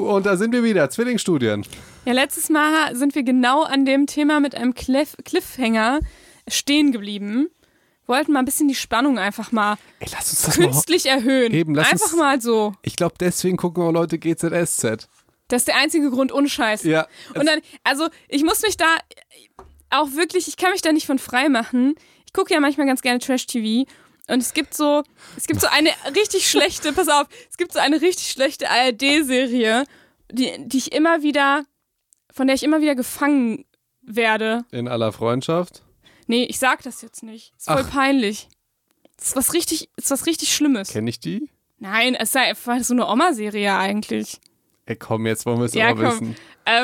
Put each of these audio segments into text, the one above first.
und da sind wir wieder, Zwillingsstudien. Ja, letztes Mal sind wir genau an dem Thema mit einem Cliffhanger stehen geblieben. Wollten mal ein bisschen die Spannung einfach mal lass uns das künstlich erhöhen. Eben, einfach mal so. Ich glaube, deswegen gucken auch Leute GZSZ. Das ist der einzige Grund, unscheiß. Ja. Und dann, also ich muss mich da auch wirklich, ich kann mich da nicht von frei machen. Ich gucke ja manchmal ganz gerne Trash-TV und es gibt so eine richtig schlechte, pass auf, es gibt so eine richtig schlechte ARD-Serie, die ich immer wieder, von der ich immer wieder gefangen werde. In aller Freundschaft? Nee, ich sag das jetzt nicht. Ist voll peinlich. Das ist was richtig Schlimmes. Kenn ich die? Nein, es ist ja einfach so eine Oma-Serie eigentlich. Ey, komm, jetzt wollen wir es aber wissen.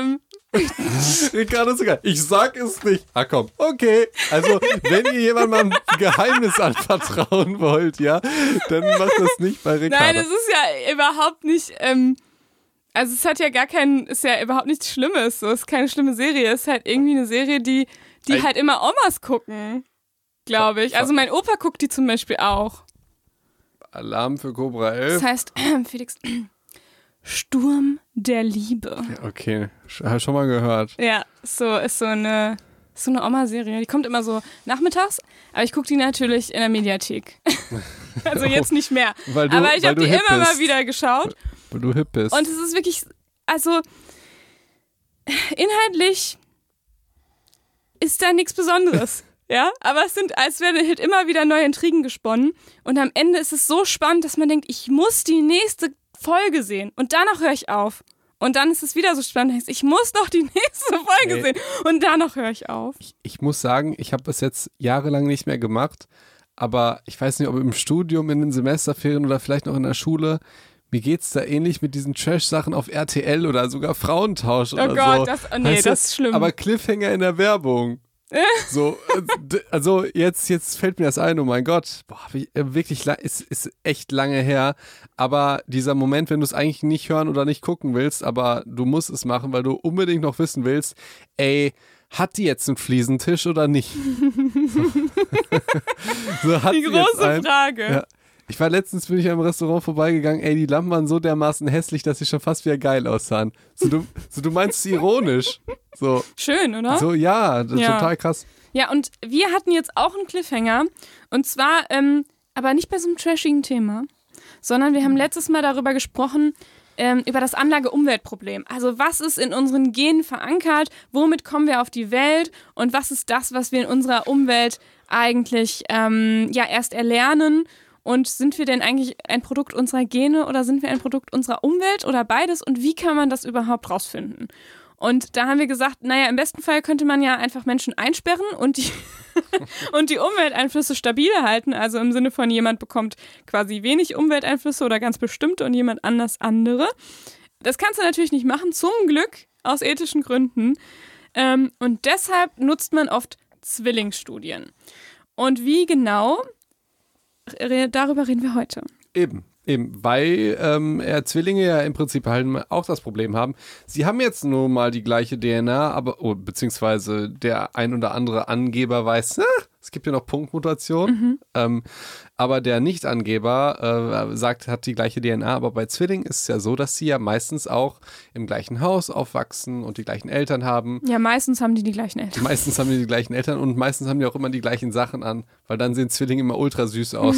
Ich sag es nicht. Komm, okay. Also, wenn ihr jemandem mal ein Geheimnis anvertrauen wollt, ja, dann macht das nicht bei Ricardo. Nein, es ist ja überhaupt nicht, also es hat ja ist ja überhaupt nichts Schlimmes. So, es ist keine schlimme Serie. Es ist halt irgendwie eine Serie, die halt immer Omas gucken, glaube ich. Also mein Opa guckt die zum Beispiel auch. Alarm für Cobra 11. Das heißt, Felix, Sturm der Liebe. Ja, okay, hab schon mal gehört. Ja, ist so eine Oma-Serie. Die kommt immer so nachmittags, aber ich gucke die natürlich in der Mediathek. Also jetzt nicht mehr. Aber ich habe die immer mal wieder geschaut. Weil du hip bist. Und es ist wirklich, also inhaltlich ist da nichts Besonderes. Ja, aber als werden halt immer wieder neue Intrigen gesponnen und am Ende ist es so spannend, dass man denkt, ich muss die nächste Folge sehen und danach höre ich auf. Und dann ist es wieder so spannend, ich muss doch die nächste Folge sehen und danach höre ich auf. Ich muss sagen, ich habe das jetzt jahrelang nicht mehr gemacht, aber ich weiß nicht, ob im Studium, in den Semesterferien oder vielleicht noch in der Schule, mir geht's da ähnlich mit diesen Trash-Sachen auf RTL oder sogar Frauentausch oder so. Oh Gott, das ist schlimm. Aber Cliffhanger in der Werbung. So, also jetzt fällt mir das ein, oh mein Gott, wirklich, ist echt lange her, aber dieser Moment, wenn du es eigentlich nicht hören oder nicht gucken willst, aber du musst es machen, weil du unbedingt noch wissen willst, hat die jetzt einen Fliesentisch oder nicht? So hat die große Frage. Ja. Letztens bin ich am Restaurant vorbeigegangen, die Lampen waren so dermaßen hässlich, dass sie schon fast wieder geil aussahen. Du meinst es ironisch. So. Schön, oder? So, ja, das ist total krass. Ja, und wir hatten jetzt auch einen Cliffhanger. Und zwar, aber nicht bei so einem trashigen Thema, sondern wir haben letztes Mal darüber gesprochen, über das Anlage-Umwelt-Problem. Also was ist in unseren Genen verankert, womit kommen wir auf die Welt und was ist das, was wir in unserer Umwelt eigentlich erst erlernen. Und sind wir denn eigentlich ein Produkt unserer Gene oder sind wir ein Produkt unserer Umwelt oder beides? Und wie kann man das überhaupt rausfinden? Und da haben wir gesagt, naja, im besten Fall könnte man ja einfach Menschen einsperren und die Umwelteinflüsse stabil halten. Also im Sinne von, jemand bekommt quasi wenig Umwelteinflüsse oder ganz bestimmte und jemand anders andere. Das kannst du natürlich nicht machen, zum Glück, aus ethischen Gründen. Und deshalb nutzt man oft Zwillingsstudien. Und wie genau? Darüber reden wir heute. Eben, weil Zwillinge ja im Prinzip halt auch das Problem haben. Sie haben jetzt nur mal die gleiche DNA, beziehungsweise der ein oder andere Angeber weiß, es gibt ja noch Punktmutation. Aber der Nicht-Angeber hat die gleiche DNA. Aber bei Zwillingen ist es ja so, dass sie ja meistens auch im gleichen Haus aufwachsen und die gleichen Eltern haben. Ja, meistens haben die gleichen Eltern. Meistens haben die gleichen Eltern und meistens haben die auch immer die ggleichen Sachen an, weil dann sehen Zwillinge immer ultra süß aus.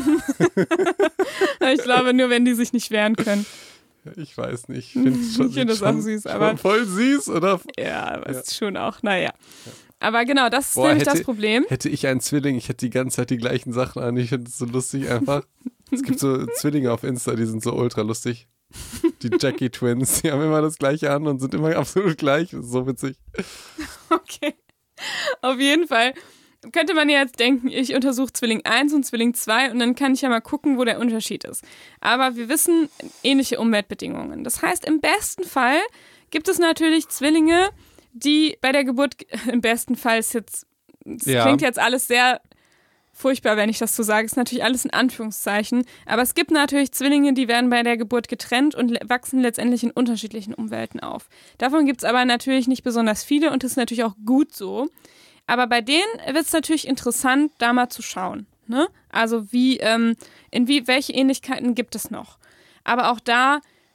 Ich glaube, nur wenn die sich nicht wehren können. Ich weiß nicht. Ich finde das auch süß, aber voll süß, oder? Ja, aber es ist schon auch, naja. Aber genau, das ist nämlich das Problem. Hätte ich einen Zwilling, ich hätte die ganze Zeit die gleichen Sachen an. Ich finde es so lustig einfach. Es gibt so Zwillinge auf Insta, die sind so ultra lustig. Die Jackie Twins, die haben immer das Gleiche an und sind immer absolut gleich. Das ist so witzig. Okay. Auf jeden Fall könnte man ja jetzt denken, ich untersuche Zwilling 1 und Zwilling 2 und dann kann ich ja mal gucken, wo der Unterschied ist. Aber wir wissen, ähnliche Umweltbedingungen. Das heißt, im besten Fall gibt es natürlich Zwillinge, die bei der Geburt, im besten Fall ist jetzt, klingt jetzt alles sehr furchtbar, wenn ich das so sage, ist natürlich alles in Anführungszeichen, aber es gibt natürlich Zwillinge, die werden bei der Geburt getrennt und wachsen letztendlich in unterschiedlichen Umwelten auf. Davon gibt es aber natürlich nicht besonders viele und das ist natürlich auch gut so. Aber bei denen wird es natürlich interessant, da mal zu schauen. Ne? Also welche Ähnlichkeiten gibt es noch? Aber auch da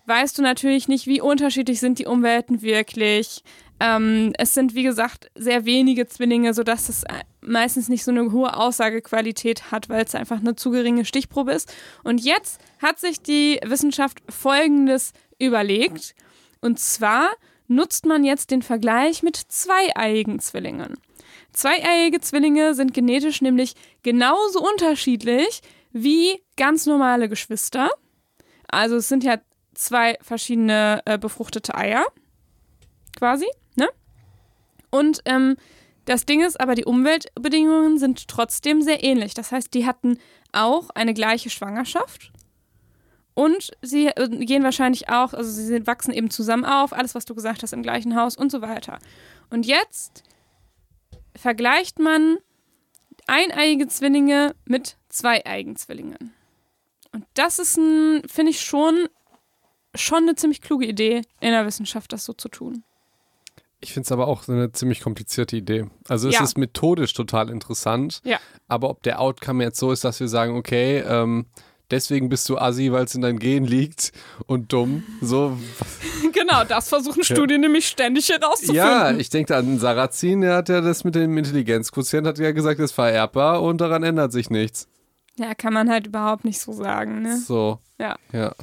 weißt du natürlich nicht, wie unterschiedlich sind die Umwelten wirklich. Es sind, wie gesagt, sehr wenige Zwillinge, sodass es meistens nicht so eine hohe Aussagequalität hat, weil es einfach eine zu geringe Stichprobe ist. Und jetzt hat sich die Wissenschaft Folgendes überlegt. Und zwar nutzt man jetzt den Vergleich mit zweieiigen Zwillingen. Zweieiige Zwillinge sind genetisch nämlich genauso unterschiedlich wie ganz normale Geschwister. Also es sind ja 2 verschiedene befruchtete Eier, quasi, ne? Und das Ding ist aber, die Umweltbedingungen sind trotzdem sehr ähnlich. Das heißt, die hatten auch eine gleiche Schwangerschaft und sie gehen wahrscheinlich auch, also sie wachsen eben zusammen auf, alles, was du gesagt hast, im gleichen Haus und so weiter. Und jetzt vergleicht man eineiige Zwillinge mit zweieigen Zwillingen. Und das ist, finde ich, schon eine ziemlich kluge Idee in der Wissenschaft, das so zu tun. Ich finde es aber auch eine ziemlich komplizierte Idee. Also es ist methodisch total interessant, aber ob der Outcome jetzt so ist, dass wir sagen, okay, deswegen bist du Assi, weil es in deinem Gen liegt und dumm, so. Genau, das versuchen Studien nämlich ständig herauszufinden. Ja, ich denke an Sarrazin, der hat ja das mit dem Intelligenzquotient, hat ja gesagt, das ist vererbbar und daran ändert sich nichts. Ja, kann man halt überhaupt nicht so sagen, ne? So. Ja.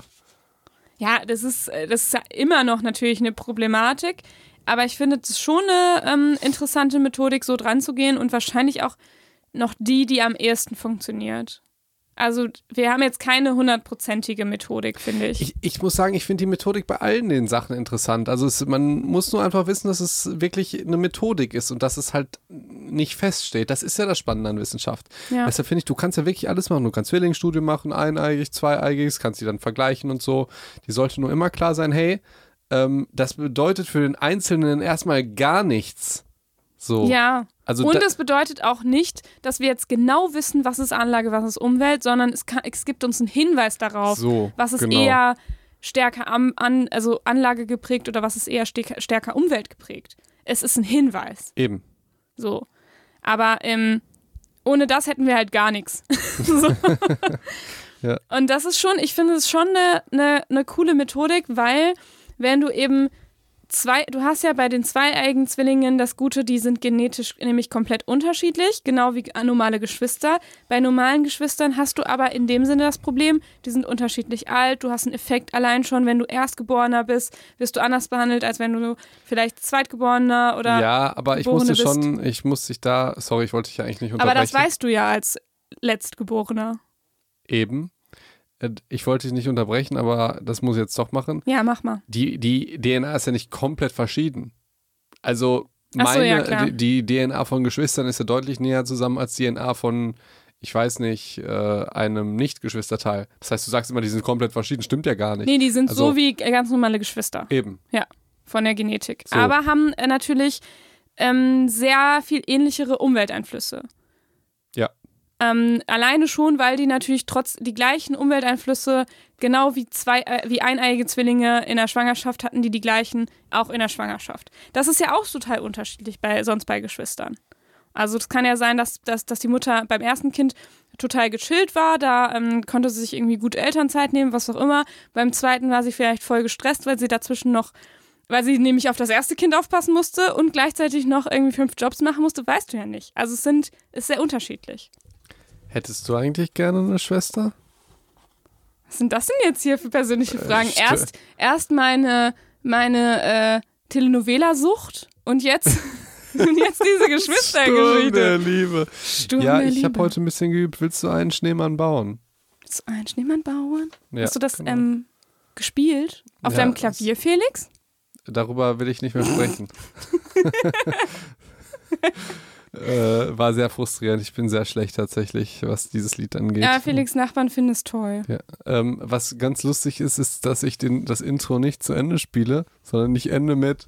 Ja, das ist ja immer noch natürlich eine Problematik, aber ich finde, es ist schon eine interessante Methodik, so dran zu gehen und wahrscheinlich auch noch die am ehesten funktioniert. Also wir haben jetzt keine 100%ige Methodik, finde ich. Ich muss sagen, ich finde die Methodik bei allen den Sachen interessant. Also man muss nur einfach wissen, dass es wirklich eine Methodik ist und dass es halt nicht feststeht. Das ist ja das Spannende an Wissenschaft. Ja. Deshalb finde ich, du kannst ja wirklich alles machen. Du kannst Zwillingsstudien machen, eineigig, zweieigig, kannst die dann vergleichen und so. Die sollte nur immer klar sein, hey, das bedeutet für den Einzelnen erstmal gar nichts. So. Ja, also und es bedeutet auch nicht, dass wir jetzt genau wissen, was ist Anlage, was ist Umwelt, sondern es gibt uns einen Hinweis darauf, was ist eher stärker also Anlage geprägt oder was ist eher stärker Umwelt geprägt. Es ist ein Hinweis. Eben. So. Aber ohne das hätten wir halt gar nichts. So. Ja. Und das ist schon, ich finde es schon eine coole Methodik, weil wenn du eben du hast ja bei den zweieigen Zwillingen das Gute, die sind genetisch nämlich komplett unterschiedlich, genau wie normale Geschwister. Bei normalen Geschwistern hast du aber in dem Sinne das Problem, die sind unterschiedlich alt, du hast einen Effekt allein schon, wenn du Erstgeborener bist, wirst du anders behandelt, als wenn du vielleicht Zweitgeborener oder ja, aber ich wollte dich ja eigentlich nicht unterbrechen. Aber das weißt du ja als Letztgeborener. Eben. Ich wollte dich nicht unterbrechen, aber das muss ich jetzt doch machen. Ja, mach mal. Die DNA ist ja nicht komplett verschieden. Also die DNA von Geschwistern ist ja deutlich näher zusammen als die DNA von, ich weiß nicht, einem Nicht-Geschwisterteil. Das heißt, du sagst immer, die sind komplett verschieden. Stimmt ja gar nicht. Nee, die sind so wie ganz normale Geschwister. Eben. Ja, von der Genetik. So. Aber haben natürlich sehr viel ähnlichere Umwelteinflüsse. Ja. Alleine schon, weil die natürlich trotz die gleichen Umwelteinflüsse, genau wie eineiige Zwillinge in der Schwangerschaft, hatten die gleichen auch in der Schwangerschaft. Das ist ja auch total unterschiedlich sonst bei Geschwistern. Also es kann ja sein, dass die Mutter beim ersten Kind total gechillt war, da konnte sie sich irgendwie gut Elternzeit nehmen, was auch immer. Beim zweiten war sie vielleicht voll gestresst, weil sie nämlich auf das erste Kind aufpassen musste und gleichzeitig noch irgendwie 5 Jobs machen musste, weißt du ja nicht. Also es ist sehr unterschiedlich. Hättest du eigentlich gerne eine Schwester? Was sind das denn jetzt hier für persönliche Fragen? Erst meine Telenovela-Sucht und jetzt diese Geschwistergeschichte. Sturm der Liebe. Ich habe heute ein bisschen geübt. Willst du einen Schneemann bauen? Willst du einen Schneemann bauen? Ja, hast du das gespielt? Auf deinem Klavier, Felix? Darüber will ich nicht mehr sprechen. War sehr frustrierend. Ich bin sehr schlecht tatsächlich, was dieses Lied angeht. Ja, Felix' Nachbarn finden es toll. Ja. Was ganz lustig ist, dass ich das Intro nicht zu Ende spiele, sondern ich ende mit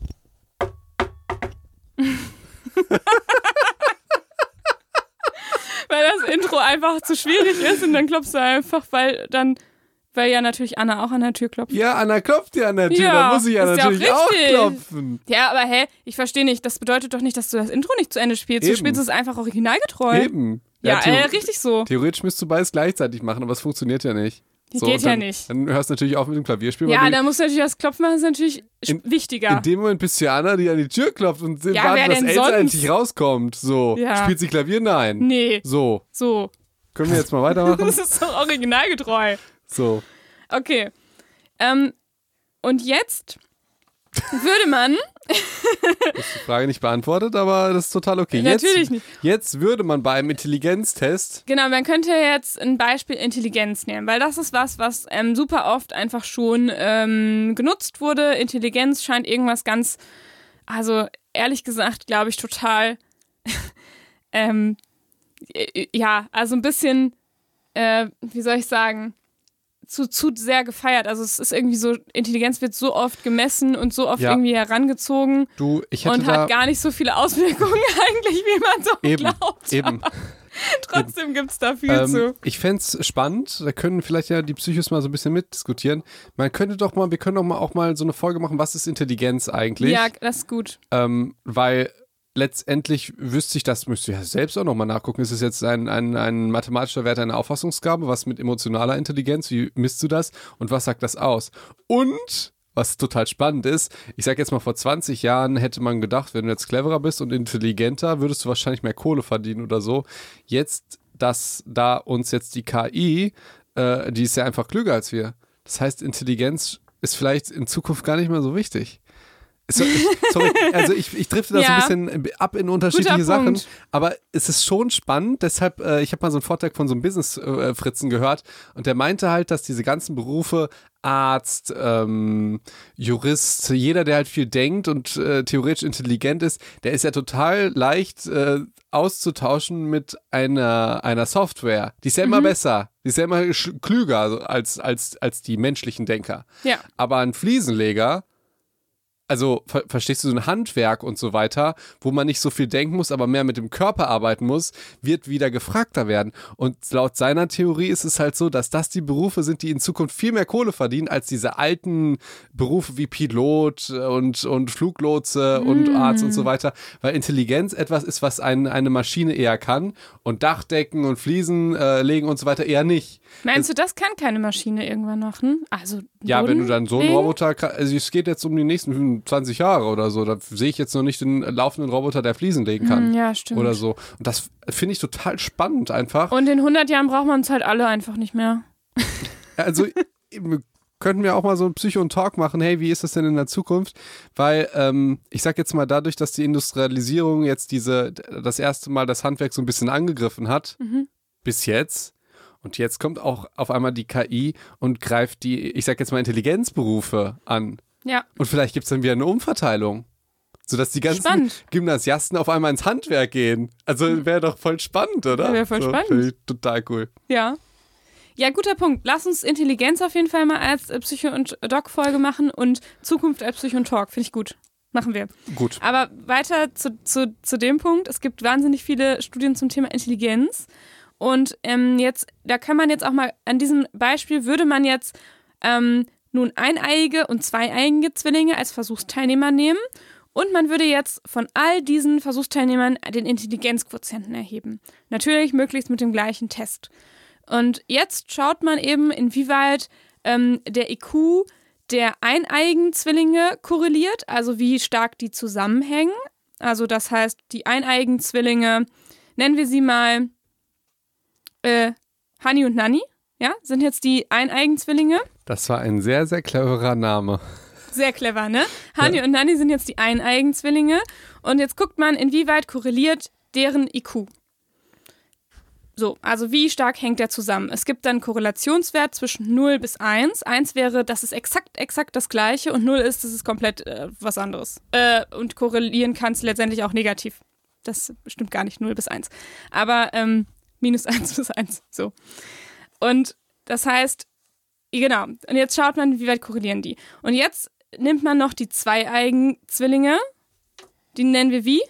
weil das Intro einfach zu schwierig ist und dann klopfst du einfach, weil ja natürlich Anna auch an der Tür klopft. Ja, Anna klopft ja an der Tür, da muss ich ja natürlich auch klopfen. Ja, aber ich verstehe nicht, das bedeutet doch nicht, dass du das Intro nicht zu Ende spielst. Eben. Du spielst es einfach originalgetreu. Eben. Ja, richtig so. Theoretisch müsstest du beides gleichzeitig machen, aber es funktioniert ja nicht. Geht ja nicht. Dann hörst du natürlich auf mit dem Klavierspielen. Ja, da musst du natürlich das Klopfen machen, das ist natürlich wichtiger. In dem Moment bist du ja Anna, die an die Tür klopft und wer wartet, dass denn Elsa sonst? endlich rauskommt. So, spielt sie Klavier? Nein. Nee. So. Können wir jetzt mal weitermachen? Das ist doch originalgetreu. So. Okay. Und jetzt würde man... Das ist die Frage nicht beantwortet, aber das ist total okay. Natürlich nicht. Jetzt würde man bei einem Intelligenztest... Genau, man könnte jetzt ein Beispiel Intelligenz nehmen, weil das ist was super oft einfach schon genutzt wurde. Intelligenz scheint irgendwas ganz, also ehrlich gesagt, glaube ich, total, also ein bisschen, wie soll ich sagen, zu sehr gefeiert. Also es ist irgendwie so, Intelligenz wird so oft gemessen und so oft irgendwie herangezogen und hat gar nicht so viele Auswirkungen eigentlich, wie man so glaubt. Eben. Trotzdem gibt es da viel zu. Ich fände es spannend, da können vielleicht ja die Psychos mal so ein bisschen mitdiskutieren. Wir können doch mal auch mal so eine Folge machen, was ist Intelligenz eigentlich? Ja, das ist gut. Weil letztendlich müsste ich ja selbst auch nochmal nachgucken. Ist es jetzt ein mathematischer Wert, eine Auffassungsgabe? Was mit emotionaler Intelligenz? Wie misst du das? Und was sagt das aus? Und, was total spannend ist, ich sag jetzt mal, vor 20 Jahren hätte man gedacht, wenn du jetzt cleverer bist und intelligenter, würdest du wahrscheinlich mehr Kohle verdienen oder so. Jetzt, da uns jetzt die KI, die ist ja einfach klüger als wir. Das heißt, Intelligenz ist vielleicht in Zukunft gar nicht mehr so wichtig. Sorry, also ich drifte da so ein bisschen ab in unterschiedliche Sachen, aber es ist schon spannend, deshalb, ich habe mal so einen Vortrag von so einem Business-Fritzen gehört und der meinte halt, dass diese ganzen Berufe, Arzt, Jurist, jeder, der halt viel denkt und theoretisch intelligent ist, der ist ja total leicht auszutauschen mit einer Software. Die ist ja immer besser, die ist ja immer klüger als die menschlichen Denker. Ja. Aber ein Fliesenleger, also verstehst du, so ein Handwerk und so weiter, wo man nicht so viel denken muss, aber mehr mit dem Körper arbeiten muss, wird wieder gefragter werden. Und laut seiner Theorie ist es halt so, dass das die Berufe sind, die in Zukunft viel mehr Kohle verdienen, als diese alten Berufe wie Pilot und Fluglotse und Arzt und so weiter, weil Intelligenz etwas ist, was eine Maschine eher kann und Dachdecken und Fliesen legen und so weiter eher nicht. Meinst du, das kann keine Maschine irgendwann machen? Also ja, wenn du dann so einen Roboter, also es geht jetzt um die nächsten 20 Jahre oder so, da sehe ich jetzt noch nicht den laufenden Roboter, der Fliesen legen kann. Ja, stimmt. Oder so. Und das finde ich total spannend einfach. Und in 100 Jahren braucht man es halt alle einfach nicht mehr. Also könnten wir auch mal so ein Psycho und Talk machen, hey, wie ist das denn in der Zukunft? Weil, ich sag jetzt mal, dadurch, dass die Industrialisierung jetzt das erste Mal das Handwerk so ein bisschen angegriffen hat, bis jetzt, und jetzt kommt auch auf einmal die KI und greift die, ich sag jetzt mal, Intelligenzberufe an. Ja. Und vielleicht gibt es dann wieder eine Umverteilung. Sodass die ganzen Gymnasiasten auf einmal ins Handwerk gehen. Also wäre doch voll spannend, oder? Wäre voll spannend. Finde ich total cool. Ja. Ja, guter Punkt. Lass uns Intelligenz auf jeden Fall mal als Psycho- und Doc-Folge machen und Zukunft als Psycho und Talk. Finde ich gut. Machen wir. Gut. Aber weiter zu dem Punkt. Es gibt wahnsinnig viele Studien zum Thema Intelligenz. Und da kann man jetzt auch mal, an diesem Beispiel würde man jetzt nun eineiige und zweieiige Zwillinge als Versuchsteilnehmer nehmen und man würde jetzt von all diesen Versuchsteilnehmern den Intelligenzquotienten erheben. Natürlich möglichst mit dem gleichen Test. Und jetzt schaut man eben, inwieweit der IQ der eineigen Zwillinge korreliert, also wie stark die zusammenhängen. Also das heißt, die eineigen Zwillinge, nennen wir sie mal Hani und Nanni, ja, sind jetzt die eineigen Zwillinge. Das war ein sehr, sehr cleverer Name. Sehr clever, ne? Hani und Nanni sind jetzt die eineigen Zwillinge. Und jetzt guckt man, inwieweit korreliert deren IQ. So, also wie stark hängt der zusammen? Es gibt dann einen Korrelationswert zwischen 0 bis 1. 1 wäre, das ist exakt das Gleiche und 0 ist, das ist komplett was anderes. Und korrelieren kann es letztendlich auch negativ. Das stimmt gar nicht, 0 bis 1. Aber minus 1 bis 1, so. Und das heißt, genau, und jetzt schaut man, wie weit korrelieren die. Und jetzt nimmt man noch die zweieigen Zwillinge, die nennen wir wie?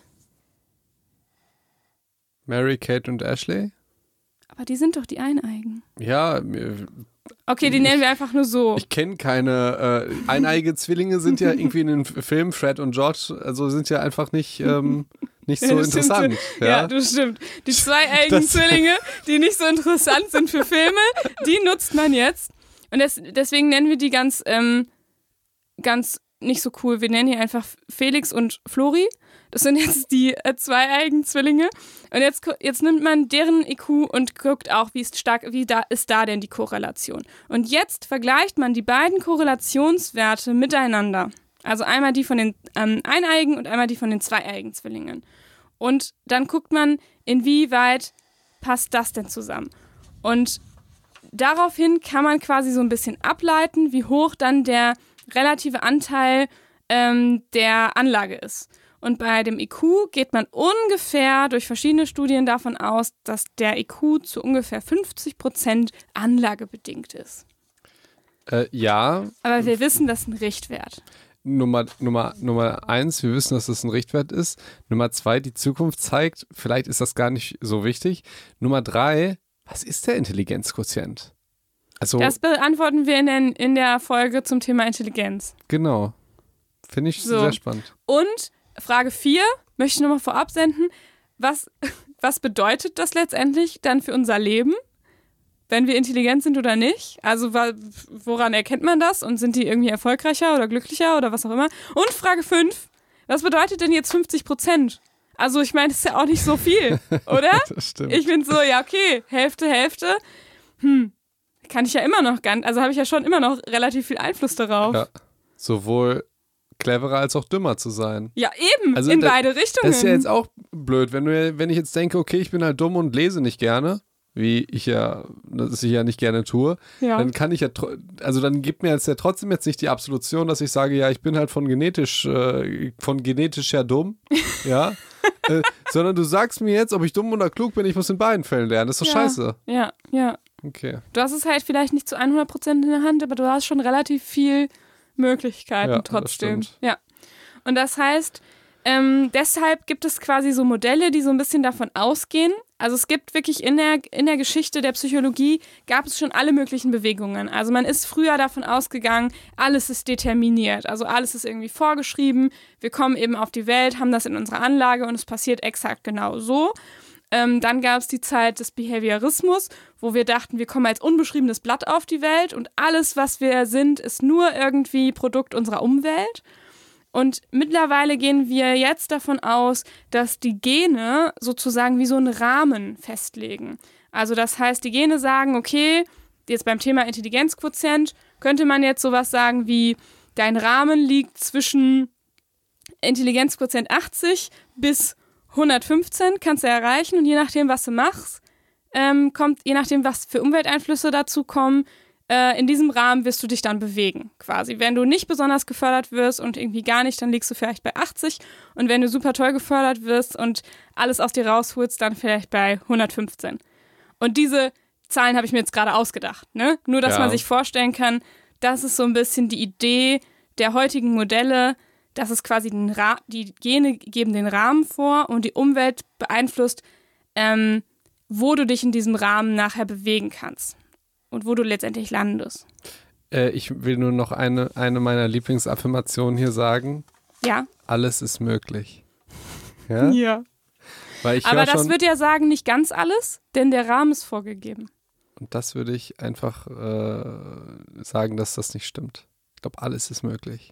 Mary, Kate und Ashley? Aber die sind doch die eineigen. Ja. Okay, die nennen wir einfach nur so. Ich kenne keine eineige Zwillinge, sind ja irgendwie in den Filmen, Fred und George, also sind ja einfach nicht so interessant. Ja, das stimmt. Die zweieigen Zwillinge, die nicht so interessant sind für Filme, die nutzt man jetzt. Und deswegen nennen wir die ganz nicht so cool. Wir nennen hier einfach Felix und Flori. Das sind jetzt die zweieigen Zwillinge. Und jetzt nimmt man deren IQ und guckt auch, wie ist da denn die Korrelation. Und jetzt vergleicht man die beiden Korrelationswerte miteinander. Also einmal die von den eineigen und einmal die von den zweieigen Zwillingen. Und dann guckt man, inwieweit passt das denn zusammen. Und daraufhin kann man quasi so ein bisschen ableiten, wie hoch dann der relative Anteil der Anlage ist. Und bei dem IQ geht man ungefähr durch verschiedene Studien davon aus, dass der IQ zu ungefähr 50% anlagebedingt ist. Ja. Aber wir wissen, das ist ein Richtwert. Nummer 1, wir wissen, dass das ein Richtwert ist. Nummer 2, die Zukunft zeigt, vielleicht ist das gar nicht so wichtig. Nummer 3, was ist der Intelligenzquotient? Also, das beantworten wir in der Folge zum Thema Intelligenz. Genau. Finde ich sehr spannend. Und Frage 4 möchte ich nochmal vorab senden. Was bedeutet das letztendlich dann für unser Leben, wenn wir intelligent sind oder nicht? Also woran erkennt man das? Und sind die irgendwie erfolgreicher oder glücklicher oder was auch immer? Und Frage 5, was bedeutet denn jetzt 50%? Also ich meine, das ist ja auch nicht so viel, oder? Das stimmt. Ich bin so, ja okay, Hälfte. Kann ich ja immer noch also habe ich ja schon immer noch relativ viel Einfluss darauf. Ja, sowohl cleverer als auch dümmer zu sein. Ja, eben, also in beide Richtungen. Das ist ja jetzt auch blöd, wenn ich jetzt denke, okay, ich bin halt dumm und lese nicht gerne, das ich ja nicht gerne tue, dann kann ich ja, also dann gibt mir jetzt ja trotzdem jetzt nicht die Absolution, dass ich sage, ja, ich bin halt von genetisch her dumm, ja, sondern du sagst mir jetzt, ob ich dumm oder klug bin, ich muss in beiden Fällen lernen, das ist doch scheiße. Ja. Okay. Du hast es halt vielleicht nicht zu 100% in der Hand, aber du hast schon relativ viel Möglichkeiten trotzdem. Das stimmt. Ja. Und das heißt, deshalb gibt es quasi so Modelle, die so ein bisschen davon ausgehen. Also es gibt wirklich in der Geschichte der Psychologie gab es schon alle möglichen Bewegungen. Also man ist früher davon ausgegangen, alles ist determiniert. Also alles ist irgendwie vorgeschrieben. Wir kommen eben auf die Welt, haben das in unserer Anlage und es passiert exakt genau so. Dann gab es die Zeit des Behaviorismus, wo wir dachten, wir kommen als unbeschriebenes Blatt auf die Welt und alles, was wir sind, ist nur irgendwie Produkt unserer Umwelt. Und mittlerweile gehen wir jetzt davon aus, dass die Gene sozusagen wie so einen Rahmen festlegen. Also das heißt, die Gene sagen, okay, jetzt beim Thema Intelligenzquotient könnte man jetzt sowas sagen wie, dein Rahmen liegt zwischen Intelligenzquotient 80 bis 115 kannst du erreichen und je nachdem, was du machst, je nachdem, was für Umwelteinflüsse dazu kommen, in diesem Rahmen wirst du dich dann bewegen, quasi. Wenn du nicht besonders gefördert wirst und irgendwie gar nicht, dann liegst du vielleicht bei 80 und wenn du super toll gefördert wirst und alles aus dir rausholst, dann vielleicht bei 115. Und diese Zahlen habe ich mir jetzt gerade ausgedacht, ne? Nur, dass man sich vorstellen kann, das ist so ein bisschen die Idee der heutigen Modelle, dass es quasi die Gene geben den Rahmen vor und die Umwelt beeinflusst, wo du dich in diesem Rahmen nachher bewegen kannst und wo du letztendlich landest. Ich will nur noch eine meiner Lieblingsaffirmationen hier sagen. Ja. Alles ist möglich. Ja. Ja. Weil aber das wird ja sagen, nicht ganz alles, denn der Rahmen ist vorgegeben. Und das würde ich einfach sagen, dass das nicht stimmt. Ich glaube, alles ist möglich.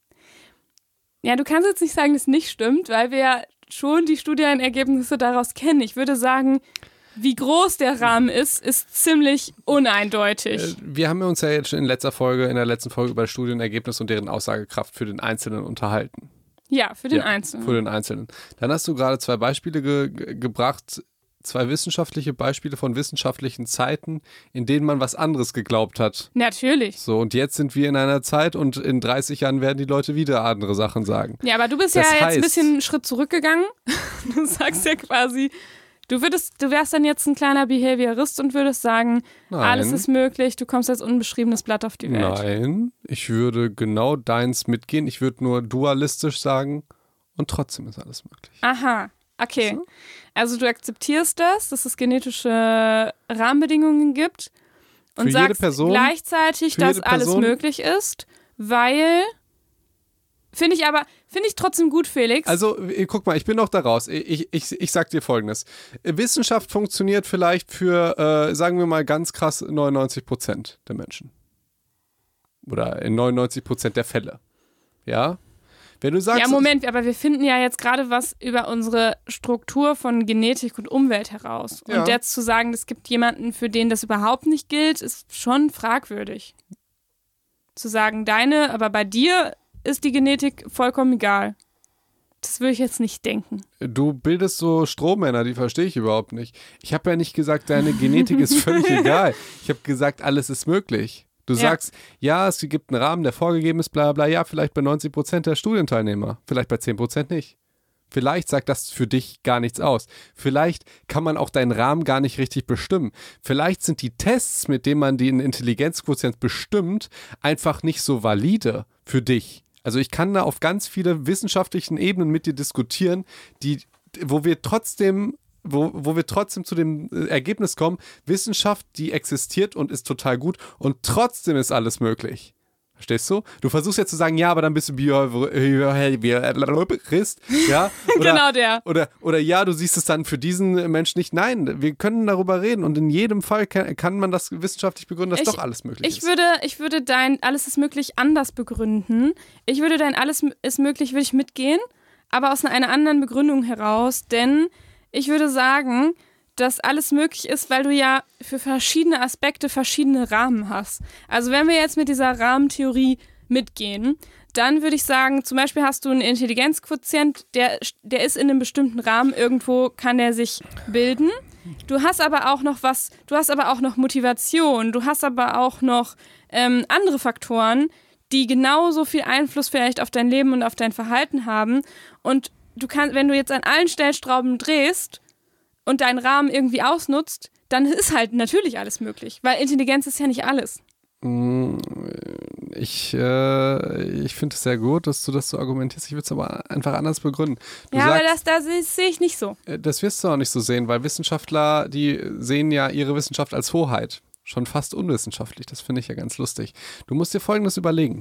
Ja, du kannst jetzt nicht sagen, dass es nicht stimmt, weil wir ja schon die Studienergebnisse daraus kennen. Ich würde sagen, wie groß der Rahmen ist ziemlich uneindeutig. Wir haben uns ja jetzt schon in der letzten Folge über Studienergebnisse und deren Aussagekraft für den Einzelnen unterhalten. Ja, für den Einzelnen. Für den Einzelnen. Dann hast du gerade 2 Beispiele gebracht, 2 wissenschaftliche Beispiele von wissenschaftlichen Zeiten, in denen man was anderes geglaubt hat. Natürlich. So, und jetzt sind wir in einer Zeit und in 30 Jahren werden die Leute wieder andere Sachen sagen. Ja, aber du bist jetzt ein bisschen einen Schritt zurückgegangen. Du sagst ja quasi, du wärst dann jetzt ein kleiner Behaviorist und würdest sagen, alles ist möglich, du kommst als unbeschriebenes Blatt auf die Welt. Nein, ich würde genau deins mitgehen. Ich würde nur dualistisch sagen und trotzdem ist alles möglich. Aha. Okay, also du akzeptierst dass es genetische Rahmenbedingungen gibt und sagst gleichzeitig, dass alles möglich ist, weil, finde ich trotzdem gut, Felix. Also guck mal, ich bin noch da raus. Ich sag dir Folgendes. Wissenschaft funktioniert vielleicht für, sagen wir mal ganz krass, 99% der Menschen. Oder in 99% der Fälle. Ja? Wenn du sagst, ja, Moment, aber wir finden ja jetzt gerade was über unsere Struktur von Genetik und Umwelt heraus. Ja. Und jetzt zu sagen, es gibt jemanden, für den das überhaupt nicht gilt, ist schon fragwürdig. Zu sagen, aber bei dir ist die Genetik vollkommen egal. Das würde ich jetzt nicht denken. du bildest so Strohmänner, die verstehe ich überhaupt nicht. Ich habe ja nicht gesagt, deine Genetik ist völlig egal. Ich habe gesagt, alles ist möglich. Du sagst, ja, es gibt einen Rahmen, der vorgegeben ist, bla bla, ja, vielleicht bei 90% der Studienteilnehmer, vielleicht bei 10% nicht. Vielleicht sagt das für dich gar nichts aus. Vielleicht kann man auch deinen Rahmen gar nicht richtig bestimmen. Vielleicht sind die Tests, mit denen man den Intelligenzquotient bestimmt, einfach nicht so valide für dich. Also ich kann da auf ganz viele wissenschaftlichen Ebenen mit dir diskutieren, wo wir trotzdem zu dem Ergebnis kommen, Wissenschaft, die existiert und ist total gut und trotzdem ist alles möglich. Verstehst du? Du versuchst jetzt zu sagen, ja, aber dann bist du Biochemist, ja? Oder, genau der. Oder ja, du siehst es dann für diesen Menschen nicht. Nein, wir können darüber reden und in jedem Fall kann man das wissenschaftlich begründen, dass doch alles möglich ist. Ich würde dein Alles ist möglich anders begründen. Ich würde dein Alles ist möglich, würde ich mitgehen, aber aus einer anderen Begründung heraus, denn ich würde sagen, dass alles möglich ist, weil du ja für verschiedene Aspekte verschiedene Rahmen hast. Also wenn wir jetzt mit dieser Rahmentheorie mitgehen, dann würde ich sagen, zum Beispiel hast du einen Intelligenzquotient, der ist in einem bestimmten Rahmen, irgendwo kann der sich bilden. Du hast aber auch noch Motivation, du hast aber auch noch andere Faktoren, die genauso viel Einfluss vielleicht auf dein Leben und auf dein Verhalten haben. Und du kannst, wenn du jetzt an allen Stellschrauben drehst und deinen Rahmen irgendwie ausnutzt, dann ist halt natürlich alles möglich, weil Intelligenz ist ja nicht alles. Ich finde es sehr gut, dass du das so argumentierst. Ich würde es aber einfach anders begründen. Aber das sehe ich nicht so. Das wirst du auch nicht so sehen, weil Wissenschaftler, die sehen ja ihre Wissenschaft als Hoheit. Schon fast unwissenschaftlich. Das finde ich ja ganz lustig. Du musst dir Folgendes überlegen.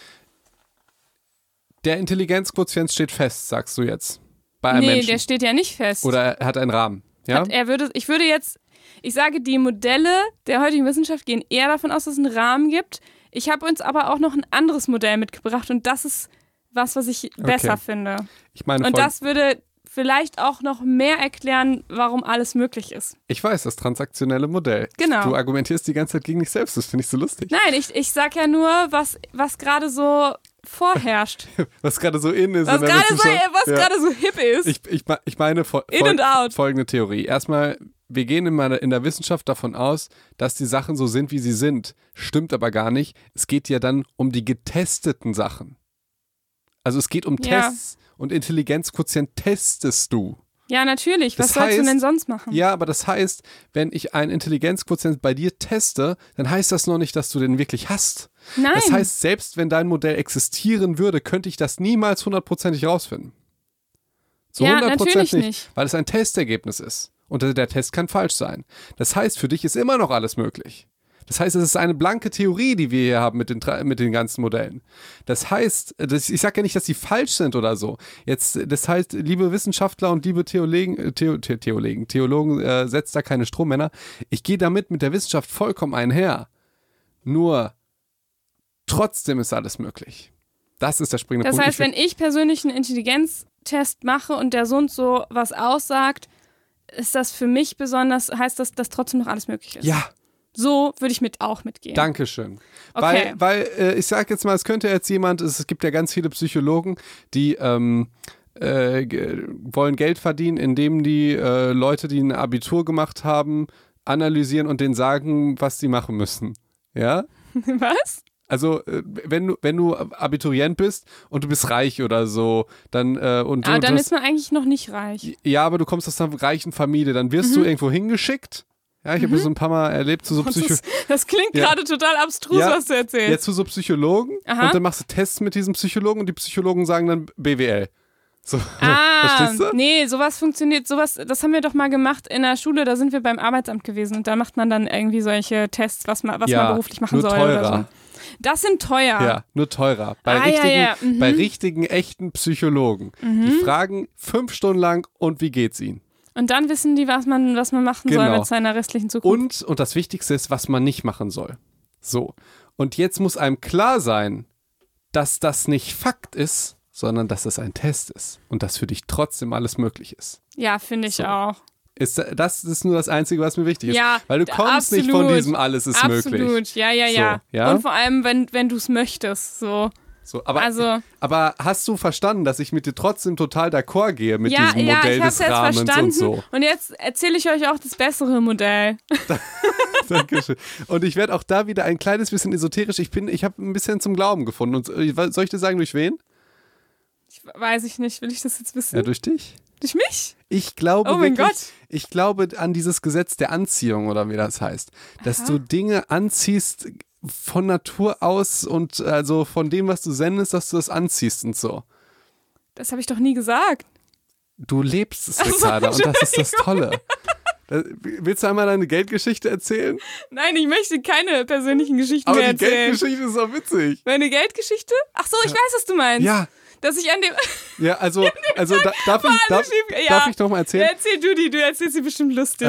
Der Intelligenzquotient steht fest, sagst du jetzt. Bei einem Menschen. Der steht ja nicht fest. Oder er hat einen Rahmen. Ja? Ich sage, die Modelle der heutigen Wissenschaft gehen eher davon aus, dass es einen Rahmen gibt. Ich habe uns aber auch noch ein anderes Modell mitgebracht und das ist was ich besser finde. Und das würde vielleicht auch noch mehr erklären, warum alles möglich ist. Ich weiß, das transaktionelle Modell. Genau. Du argumentierst die ganze Zeit gegen dich selbst, das finde ich so lustig. Nein, ich sage ja nur, was gerade so vorherrscht. Was gerade so in ist. Was gerade so hip ist. Ich meine folgende Theorie. Erstmal, wir gehen in der Wissenschaft davon aus, dass die Sachen so sind, wie sie sind. Stimmt aber gar nicht. Es geht ja dann um die getesteten Sachen. Also es geht um Tests und Intelligenzquotient testest du. Ja, natürlich. Was sollst du denn sonst machen? Ja, aber das heißt, wenn ich einen Intelligenzquotient bei dir teste, dann heißt das noch nicht, dass du den wirklich hast. Nein. Das heißt, selbst wenn dein Modell existieren würde, könnte ich das niemals 100%ig rausfinden. Zu 100% nicht, weil es ein Testergebnis ist. Und der Test kann falsch sein. Das heißt, für dich ist immer noch alles möglich. Das heißt, es ist eine blanke Theorie, die wir hier haben mit den ganzen Modellen. Das heißt, ich sage ja nicht, dass sie falsch sind oder so. Das heißt, liebe Wissenschaftler und liebe Theologen, setzt da keine Strohmänner. Ich gehe damit mit der Wissenschaft vollkommen einher. Nur trotzdem ist alles möglich. Das ist der springende Punkt. Das heißt, wenn ich persönlich einen Intelligenztest mache und der so und so was aussagt, ist das für mich besonders, heißt das, dass trotzdem noch alles möglich ist? Ja. So würde ich auch mitgehen. Dankeschön. Okay. Weil ich sage jetzt mal, es könnte jetzt jemand, es gibt ja ganz viele Psychologen, die wollen Geld verdienen, indem die Leute, die ein Abitur gemacht haben, analysieren und denen sagen, was sie machen müssen. Ja? Was? Also, wenn du Abiturient bist und du bist reich oder so, dann dann ist man eigentlich noch nicht reich. Ja, aber du kommst aus einer reichen Familie, dann wirst du irgendwo hingeschickt. Ja, ich habe das so ein paar Mal erlebt zu so Psychologen. Das klingt gerade total abstrus, was du erzählst. Ja, zu so Psychologen. Aha. Und dann machst du Tests mit diesem Psychologen und die Psychologen sagen dann BWL. So, verstehst du? Nee, sowas funktioniert, das haben wir doch mal gemacht in der Schule, da sind wir beim Arbeitsamt gewesen und da macht man dann irgendwie solche Tests, was man beruflich machen soll teurer. oder so. Das sind teuer. Ja, nur teurer. Bei richtigen, echten Psychologen. Die fragen 5 Stunden lang, und wie geht's ihnen? Und dann wissen die, was man machen soll mit seiner restlichen Zukunft. Und das Wichtigste ist, was man nicht machen soll. So. Und jetzt muss einem klar sein, dass das nicht Fakt ist, sondern dass es ein Test ist und dass für dich trotzdem alles möglich ist. Ja, finde ich auch. Das ist nur das Einzige, was mir wichtig ist. Ja, weil du kommst nicht von diesem alles ist möglich. Absolut, ja. So, ja. Und vor allem, wenn du es möchtest, so. Aber hast du verstanden, dass ich mit dir trotzdem total d'accord gehe mit diesem Modell des Rahmens verstanden. und so? Und jetzt erzähle ich euch auch das bessere Modell. Dankeschön. Und ich werde auch da wieder ein kleines bisschen esoterisch. Ich habe ein bisschen zum Glauben gefunden. Und soll ich dir sagen, durch wen? Weiß ich nicht. Will ich das jetzt wissen? Ja, durch dich. Durch mich? Ich glaube oh mein wirklich, Gott. Ich glaube an dieses Gesetz der Anziehung oder wie das heißt. Dass du Dinge anziehst von Natur aus und also von dem, was du sendest, dass du das anziehst und so. Das habe ich doch nie gesagt. Du lebst es, Ricarda, und das ist das Tolle. Willst du einmal deine Geldgeschichte erzählen? Nein, ich möchte keine persönlichen Geschichten mehr erzählen. Aber die Geldgeschichte ist auch witzig. Meine Geldgeschichte? Ach so, ich weiß, was du meinst. Ja. Dass ich an dem... Ja, also darf ich noch mal erzählen? Ja, erzähl du erzählst sie bestimmt lustig.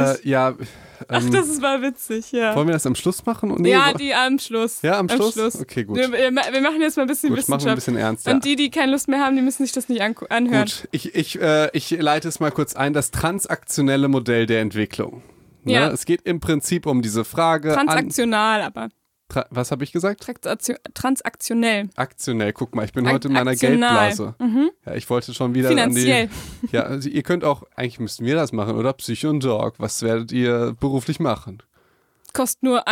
Ach, das war witzig, ja. Wollen wir das am Schluss machen? Nee, ja, die am Schluss. Ja, am Schluss? Okay, gut. Wir machen jetzt mal ein bisschen Wissenschaft. Machen wir ein bisschen ernst, ja. Und die keine Lust mehr haben, die müssen sich das nicht anhören. Gut, ich leite es mal kurz ein. Das transaktionelle Modell der Entwicklung. Ja. Es geht im Prinzip um diese Frage... Transaktional, aber... Was habe ich gesagt? Transaktionell. Aktionell, guck mal, ich bin heute in meiner Geldblase. Mhm. Ja, ich wollte schon wieder finanziell. Ja, also ihr könnt auch, eigentlich müssten wir das machen, oder? Psycho und Dog, was werdet ihr beruflich machen? Kostet nur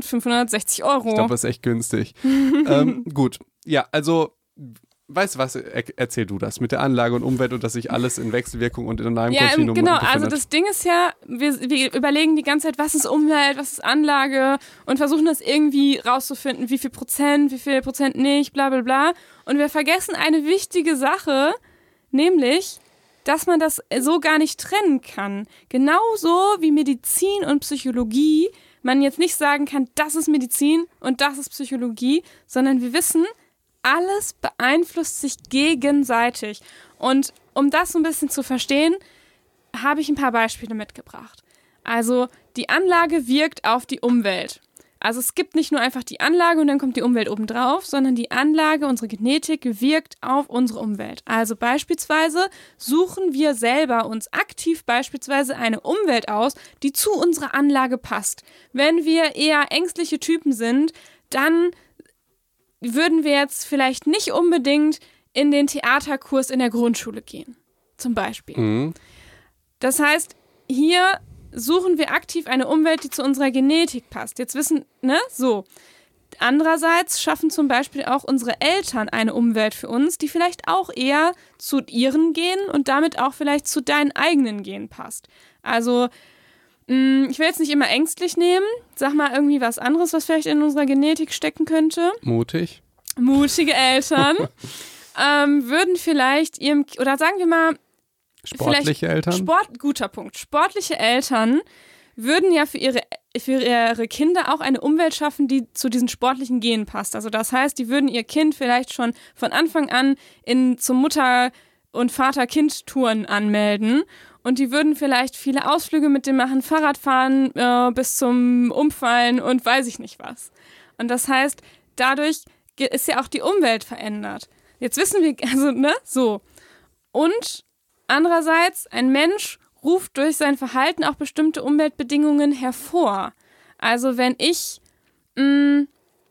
1.560 €. Ich glaube, das ist echt günstig. Gut, ja, also... Weißt du was, erzähl du das mit der Anlage und Umwelt und dass sich alles in Wechselwirkung und in einem Kontinuum genau, befindet. also das Ding ist ja, wir überlegen die ganze Zeit, was ist Umwelt, was ist Anlage und versuchen das irgendwie rauszufinden, wie viel Prozent nicht, bla bla bla. Und wir vergessen eine wichtige Sache, nämlich, dass man das so gar nicht trennen kann. Genauso wie Medizin und Psychologie man jetzt nicht sagen kann, das ist Medizin und das ist Psychologie, sondern wir wissen, alles beeinflusst sich gegenseitig. Und um das so ein bisschen zu verstehen, habe ich ein paar Beispiele mitgebracht. Also die Anlage wirkt auf die Umwelt. Also es gibt nicht nur einfach die Anlage und dann kommt die Umwelt obendrauf, sondern die Anlage, unsere Genetik, wirkt auf unsere Umwelt. Also beispielsweise suchen wir selber uns aktiv beispielsweise eine Umwelt aus, die zu unserer Anlage passt. Wenn wir eher ängstliche Typen sind, dann würden wir jetzt vielleicht nicht unbedingt in den Theaterkurs in der Grundschule gehen, zum Beispiel. Mhm. Das heißt, hier suchen wir aktiv eine Umwelt, die zu unserer Genetik passt. Jetzt wissen, so. Andererseits schaffen zum Beispiel auch unsere Eltern eine Umwelt für uns, die vielleicht auch eher zu ihren Genen und damit auch vielleicht zu deinen eigenen Genen passt. Also, ich will jetzt nicht immer ängstlich nehmen. Sag mal irgendwie was anderes, was vielleicht in unserer Genetik stecken könnte. Mutig. Mutige Eltern würden vielleicht oder sagen wir mal, sportliche Eltern? Guter Punkt. Sportliche Eltern würden ja für ihre Kinder auch eine Umwelt schaffen, die zu diesen sportlichen Genen passt. Also das heißt, die würden ihr Kind vielleicht schon von Anfang an zum Mutter- und Vater-Kind-Touren anmelden. Und die würden vielleicht viele Ausflüge mit dem machen, Fahrradfahren bis zum Umfallen und weiß ich nicht was. Und das heißt, dadurch ist ja auch die Umwelt verändert. Jetzt wissen wir, also, so. Und andererseits, ein Mensch ruft durch sein Verhalten auch bestimmte Umweltbedingungen hervor. Also wenn ich, und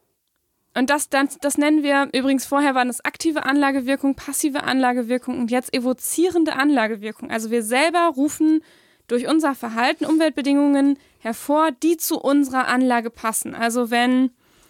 das nennen wir, übrigens vorher waren es aktive Anlagewirkung, passive Anlagewirkung und jetzt evozierende Anlagewirkung. Also wir selber rufen durch unser Verhalten Umweltbedingungen hervor, die zu unserer Anlage passen. Also wenn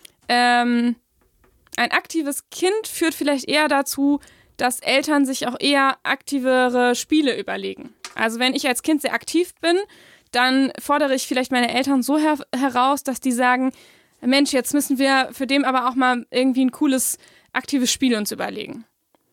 ein aktives Kind führt vielleicht eher dazu, dass Eltern sich auch eher aktivere Spiele überlegen. Also wenn ich als Kind sehr aktiv bin, dann fordere ich vielleicht meine Eltern so heraus, dass die sagen, Mensch, jetzt müssen wir für den aber auch mal irgendwie ein cooles, aktives Spiel uns überlegen.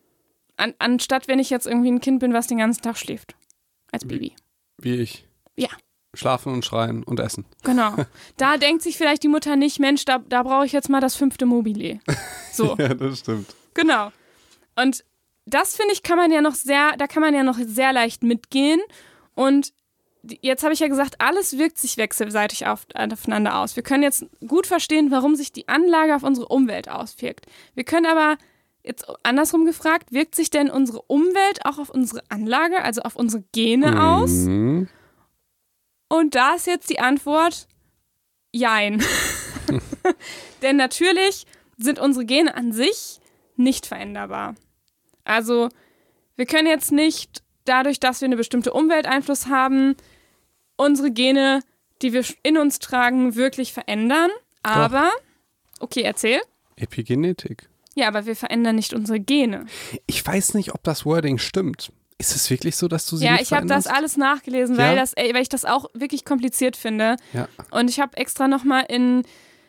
Anstatt wenn ich jetzt irgendwie ein Kind bin, was den ganzen Tag schläft. Als Baby. Wie ich. Ja. Schlafen und schreien und essen. Genau. Da denkt sich vielleicht die Mutter nicht, Mensch, da brauche ich jetzt mal das 5. Mobile. So. Ja, das stimmt. Genau. Und das, finde ich, kann man ja noch sehr leicht mitgehen. Und jetzt habe ich ja gesagt, alles wirkt sich wechselseitig aufeinander aus. Wir können jetzt gut verstehen, warum sich die Anlage auf unsere Umwelt auswirkt. Wir können aber, jetzt andersrum gefragt, wirkt sich denn unsere Umwelt auch auf unsere Anlage, also auf unsere Gene aus? Und da ist jetzt die Antwort, jein. Denn natürlich sind unsere Gene an sich nicht veränderbar. Also wir können jetzt nicht, dadurch, dass wir eine bestimmte Umwelteinfluss haben, unsere Gene, die wir in uns tragen, wirklich verändern. Aber, okay, erzähl. Epigenetik. Ja, aber wir verändern nicht unsere Gene. Ich weiß nicht, ob das Wording stimmt. Ist es wirklich so, dass du sie nicht ich habe das alles nachgelesen, weil ich das auch wirklich kompliziert finde. Ja. Und ich habe extra nochmal in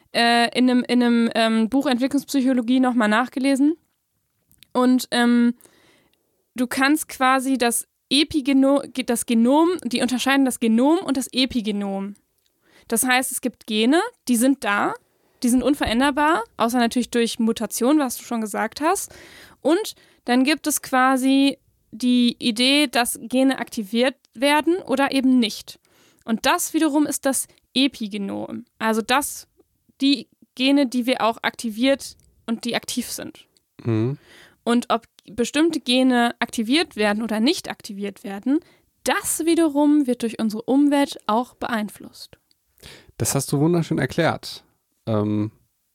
einem Buch Entwicklungspsychologie nochmal nachgelesen. Und du kannst quasi das Genom, die unterscheiden das Genom und das Epigenom. Das heißt, es gibt Gene, die sind da, die sind unveränderbar, außer natürlich durch Mutation, was du schon gesagt hast. Und dann gibt es quasi die Idee, dass Gene aktiviert werden oder eben nicht. Und das wiederum ist das Epigenom. Also die Gene, die wir auch aktiviert und die aktiv sind. Mhm. Und ob bestimmte Gene aktiviert werden oder nicht aktiviert werden, das wiederum wird durch unsere Umwelt auch beeinflusst. Das hast du wunderschön erklärt. Aber?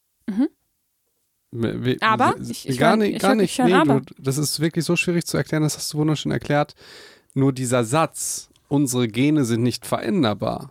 Gar nicht. Nee, das ist wirklich so schwierig zu erklären, das hast du wunderschön erklärt. Nur dieser Satz, unsere Gene sind nicht veränderbar.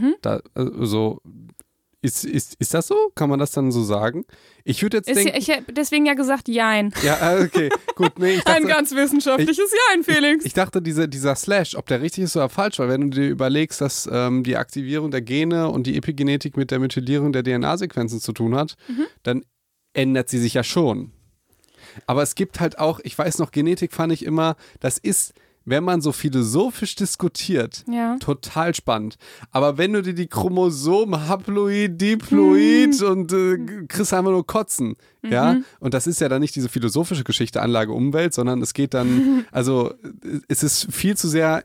Ist das so? Kann man das dann so sagen? Ich würde jetzt denken... Ich habe deswegen ja gesagt, jein. Ja, okay, gut. Nee, ich dachte, ein ganz wissenschaftliches Jein, Felix. Ich dachte, dieser Slash, ob der richtig ist oder falsch, weil wenn du dir überlegst, dass die Aktivierung der Gene und die Epigenetik mit der Methylierung der DNA-Sequenzen zu tun hat, dann ändert sie sich ja schon. Aber es gibt halt auch, ich weiß noch, Genetik fand ich immer, das ist... wenn man so philosophisch diskutiert, total spannend. Aber wenn du dir die Chromosomen, Haploid, Diploid und kriegst einfach nur Kotzen, ja, und das ist ja dann nicht diese philosophische Geschichte Anlage Umwelt, sondern es geht dann, also es ist viel zu sehr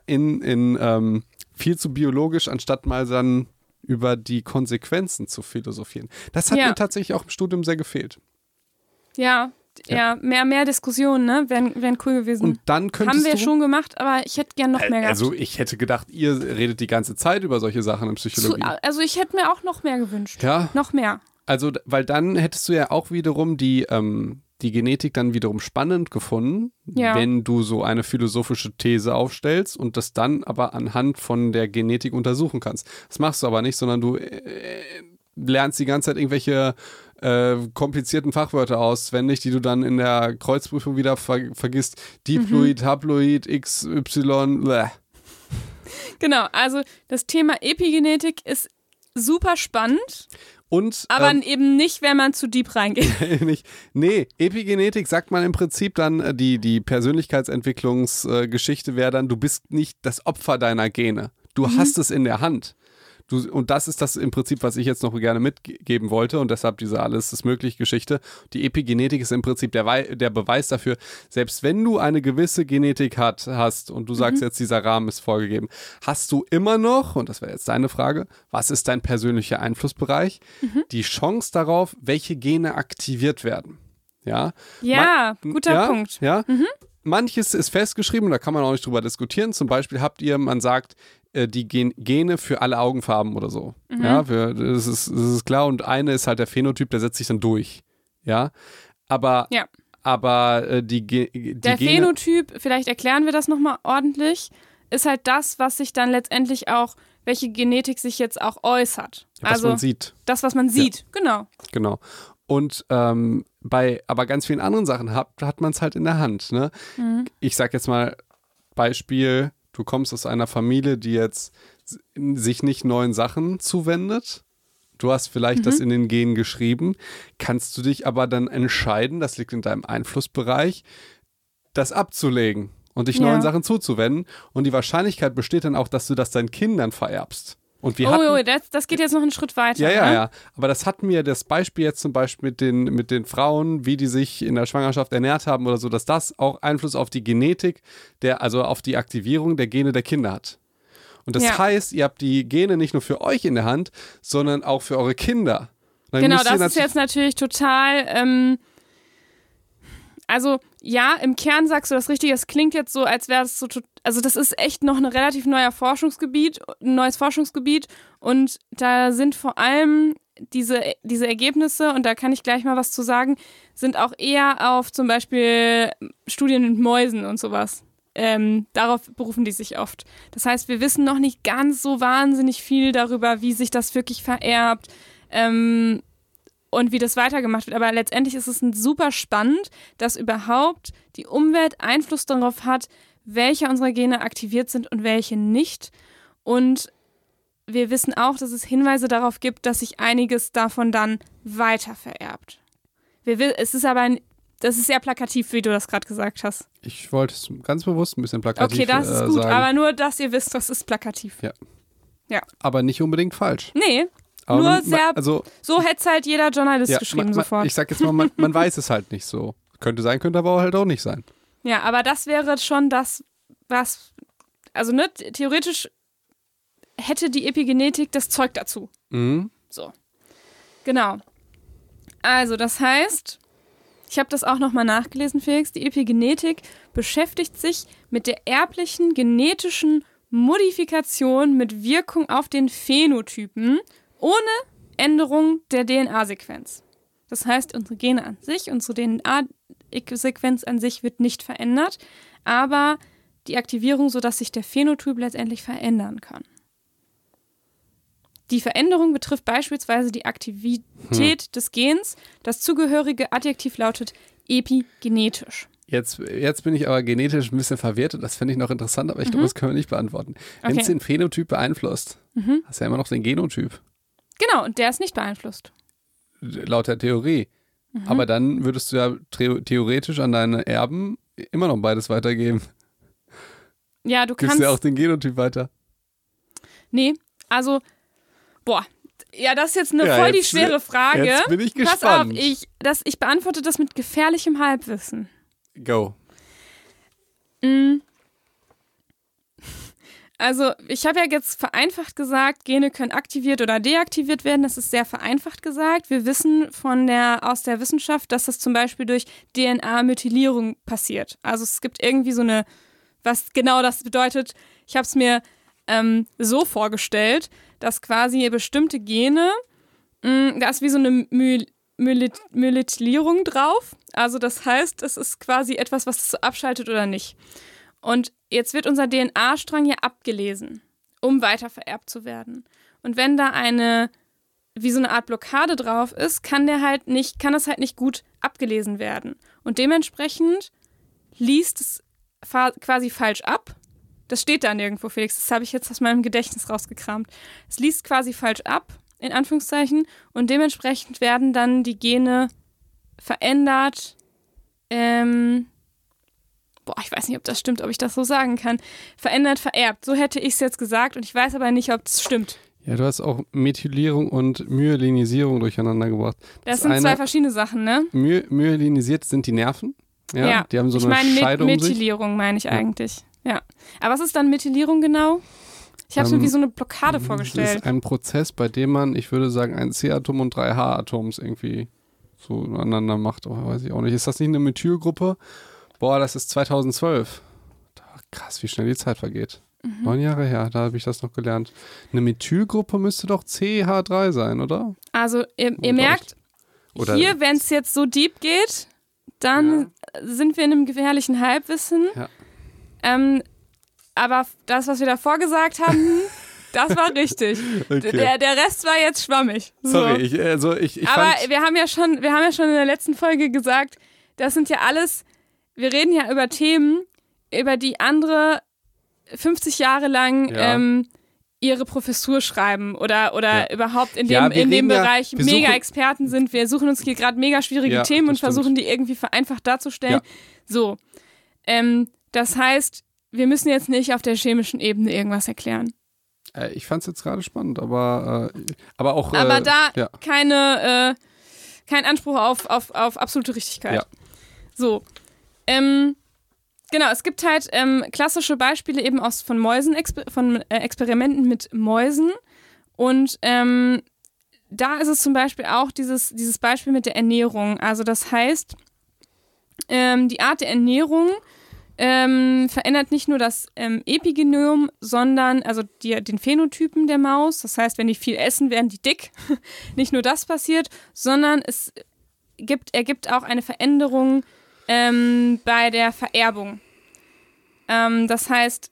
viel zu biologisch, anstatt mal dann über die Konsequenzen zu philosophieren. Das hat mir tatsächlich auch im Studium sehr gefehlt. Ja, mehr Diskussionen, ne? Wären cool gewesen. Und dann könntest Haben wir schon gemacht, aber ich hätte gern noch mehr gehabt. Also ich hätte gedacht, ihr redet die ganze Zeit über solche Sachen in Psychologie. Also ich hätte mir auch noch mehr gewünscht. Ja. Noch mehr. Also, weil dann hättest du ja auch wiederum die Genetik dann wiederum spannend gefunden, wenn du so eine philosophische These aufstellst und das dann aber anhand von der Genetik untersuchen kannst. Das machst du aber nicht, sondern du lernst die ganze Zeit irgendwelche komplizierten Fachwörter auswendig, die du dann in der Kreuzprüfung wieder vergisst. Diploid, Haploid, XY, bleh. Genau, also das Thema Epigenetik ist super spannend. Aber eben nicht, wenn man zu deep reingeht. Nee, Epigenetik sagt man im Prinzip dann, die Persönlichkeitsentwicklungsgeschichte wäre dann, du bist nicht das Opfer deiner Gene. Du hast es in der Hand. Und das ist das im Prinzip, was ich jetzt noch gerne mitgeben wollte und deshalb diese Alles ist möglich Geschichte. Die Epigenetik ist im Prinzip der Beweis dafür, selbst wenn du eine gewisse Genetik hast und du sagst jetzt, dieser Rahmen ist vorgegeben, hast du immer noch, und das wäre jetzt deine Frage, was ist dein persönlicher Einflussbereich, die Chance darauf, welche Gene aktiviert werden. Ja, guter Punkt. Ja. Manches ist festgeschrieben, da kann man auch nicht drüber diskutieren. Zum Beispiel man sagt, die Gene für alle Augenfarben oder so. Ja, das ist klar. Und eine ist halt der Phänotyp, der setzt sich dann durch. Ja, aber die Gene... Phänotyp, vielleicht erklären wir das nochmal ordentlich, ist halt das, was sich dann letztendlich auch, welche Genetik sich jetzt auch äußert. Ja, was man sieht. Das, was man sieht, Genau. Und bei aber ganz vielen anderen Sachen hat man es halt in der Hand. Ne? Ich sag jetzt mal Beispiel, du kommst aus einer Familie, die jetzt sich nicht neuen Sachen zuwendet. Du hast vielleicht das in den Genen geschrieben. Kannst du dich aber dann entscheiden, das liegt in deinem Einflussbereich, das abzulegen und dich neuen Sachen zuzuwenden. Und die Wahrscheinlichkeit besteht dann auch, dass du das deinen Kindern vererbst. Und das geht jetzt noch einen Schritt weiter. Ja. Aber das hatten wir das Beispiel jetzt zum Beispiel mit den Frauen, wie die sich in der Schwangerschaft ernährt haben oder so, dass das auch Einfluss auf die Genetik, also auf die Aktivierung der Gene der Kinder hat. Und das heißt, ihr habt die Gene nicht nur für euch in der Hand, sondern auch für eure Kinder. Genau, das ist jetzt natürlich total, also ja, im Kern sagst du das richtig, es klingt jetzt so, als wäre es so, also das ist echt noch ein relativ ein neues Forschungsgebiet und da sind vor allem diese Ergebnisse, und da kann ich gleich mal was zu sagen, sind auch eher auf zum Beispiel Studien mit Mäusen und sowas. Darauf berufen die sich oft. Das heißt, wir wissen noch nicht ganz so wahnsinnig viel darüber, wie sich das wirklich vererbt, und wie das weitergemacht wird. Aber letztendlich ist es super spannend, dass überhaupt die Umwelt Einfluss darauf hat, welche unserer Gene aktiviert sind und welche nicht. Und wir wissen auch, dass es Hinweise darauf gibt, dass sich einiges davon dann weiter vererbt. Das ist sehr plakativ, wie du das gerade gesagt hast. Ich wollte es ganz bewusst ein bisschen plakativ sagen. Okay, das ist gut, aber nur, dass ihr wisst, das ist plakativ. Ja. Aber nicht unbedingt falsch. Nee. Aber so hätte es halt jeder Journalist geschrieben sofort. Ich sag jetzt mal, man weiß es halt nicht so. Könnte sein, könnte aber halt auch nicht sein. Ja, aber das wäre schon das, was, also ne, theoretisch hätte die Epigenetik das Zeug dazu. Mhm. So. Genau. Also, das heißt, ich habe das auch nochmal nachgelesen, Felix, die Epigenetik beschäftigt sich mit der erblichen genetischen Modifikation mit Wirkung auf den Phänotypen ohne Änderung der DNA-Sequenz. Das heißt, unsere Gene an sich, unsere DNA-Sequenz an sich wird nicht verändert, aber die Aktivierung, sodass sich der Phänotyp letztendlich verändern kann. Die Veränderung betrifft beispielsweise die Aktivität des Gens. Das zugehörige Adjektiv lautet epigenetisch. Jetzt bin ich aber genetisch ein bisschen verwirrt und das finde ich noch interessant, aber ich glaube, das können wir nicht beantworten. Wenn es den Phänotyp beeinflusst, hast du ja immer noch den Genotyp. Genau, und der ist nicht beeinflusst. Laut der Theorie. Aber dann würdest du ja theoretisch an deine Erben immer noch beides weitergeben. Ja, du kannst. Gibst ja auch den Genotyp weiter. Nee, also, ja, das ist jetzt eine voll die schwere Frage. Jetzt bin ich gespannt. Pass auf, ich beantworte das mit gefährlichem Halbwissen. Go. Also, ich habe ja jetzt vereinfacht gesagt, Gene können aktiviert oder deaktiviert werden. Das ist sehr vereinfacht gesagt. Wir wissen aus der Wissenschaft, dass das zum Beispiel durch DNA-Methylierung passiert. Also es gibt irgendwie was genau das bedeutet. Ich habe es mir so vorgestellt, dass quasi bestimmte Gene, da ist wie so eine Methylierung drauf. Also das heißt, es ist quasi etwas, was das so abschaltet oder nicht. Und jetzt wird unser DNA-Strang ja abgelesen, um weiter vererbt zu werden. Und wenn da wie so eine Art Blockade drauf ist, kann das halt nicht gut abgelesen werden. Und dementsprechend liest es quasi falsch ab. Das steht da nirgendwo, Felix. Das habe ich jetzt aus meinem Gedächtnis rausgekramt. Es liest quasi falsch ab, in Anführungszeichen. Und dementsprechend werden dann die Gene verändert. Ich weiß nicht, ob das stimmt, ob ich das so sagen kann. Verändert, vererbt. So hätte ich es jetzt gesagt und ich weiß aber nicht, ob das stimmt. Ja, du hast auch Methylierung und Myelinisierung durcheinander gebracht. Das sind zwei verschiedene Sachen, ne? Myelinisiert sind die Nerven. Ja. Die haben so eine Scheide um sich. Methylierung meine ich eigentlich. Ja. Aber was ist dann Methylierung genau? Ich habe es mir wie so eine Blockade vorgestellt. Das ist ein Prozess, bei dem man, ich würde sagen, ein C-Atom und 3 H-Atoms irgendwie so aneinander macht. Oh, weiß ich auch nicht. Ist das nicht eine Methylgruppe? Das ist 2012. Krass, wie schnell die Zeit vergeht. 9 Jahre her, da habe ich das noch gelernt. Eine Methylgruppe müsste doch CH3 sein, oder? Also ihr merkt, hier, wenn es jetzt so deep geht, dann sind wir in einem gefährlichen Halbwissen. Ja. Aber das, was wir davor gesagt haben, das war richtig. Okay. Der Rest war jetzt schwammig. So. Sorry, ich aber wir haben ja schon in der letzten Folge gesagt, das sind ja alles, wir reden ja über Themen, über die andere 50 Jahre lang ihre Professur schreiben oder überhaupt in dem Bereich Mega-Experten sind. Wir suchen uns hier gerade mega schwierige Themen und versuchen die irgendwie vereinfacht darzustellen. Ja. So, das heißt, wir müssen jetzt nicht auf der chemischen Ebene irgendwas erklären. Ich fand es jetzt gerade spannend, aber auch... Aber kein Anspruch auf absolute Richtigkeit. Ja. So, Genau, es gibt halt klassische Beispiele eben von Mäusen, von Experimenten mit Mäusen. Und da ist es zum Beispiel auch dieses Beispiel mit der Ernährung. Also das heißt, die Art der Ernährung verändert nicht nur das Epigenom, sondern also den Phänotypen der Maus. Das heißt, wenn die viel essen, werden die dick. Nicht nur das passiert, sondern es ergibt auch eine Veränderung bei der Vererbung. Das heißt,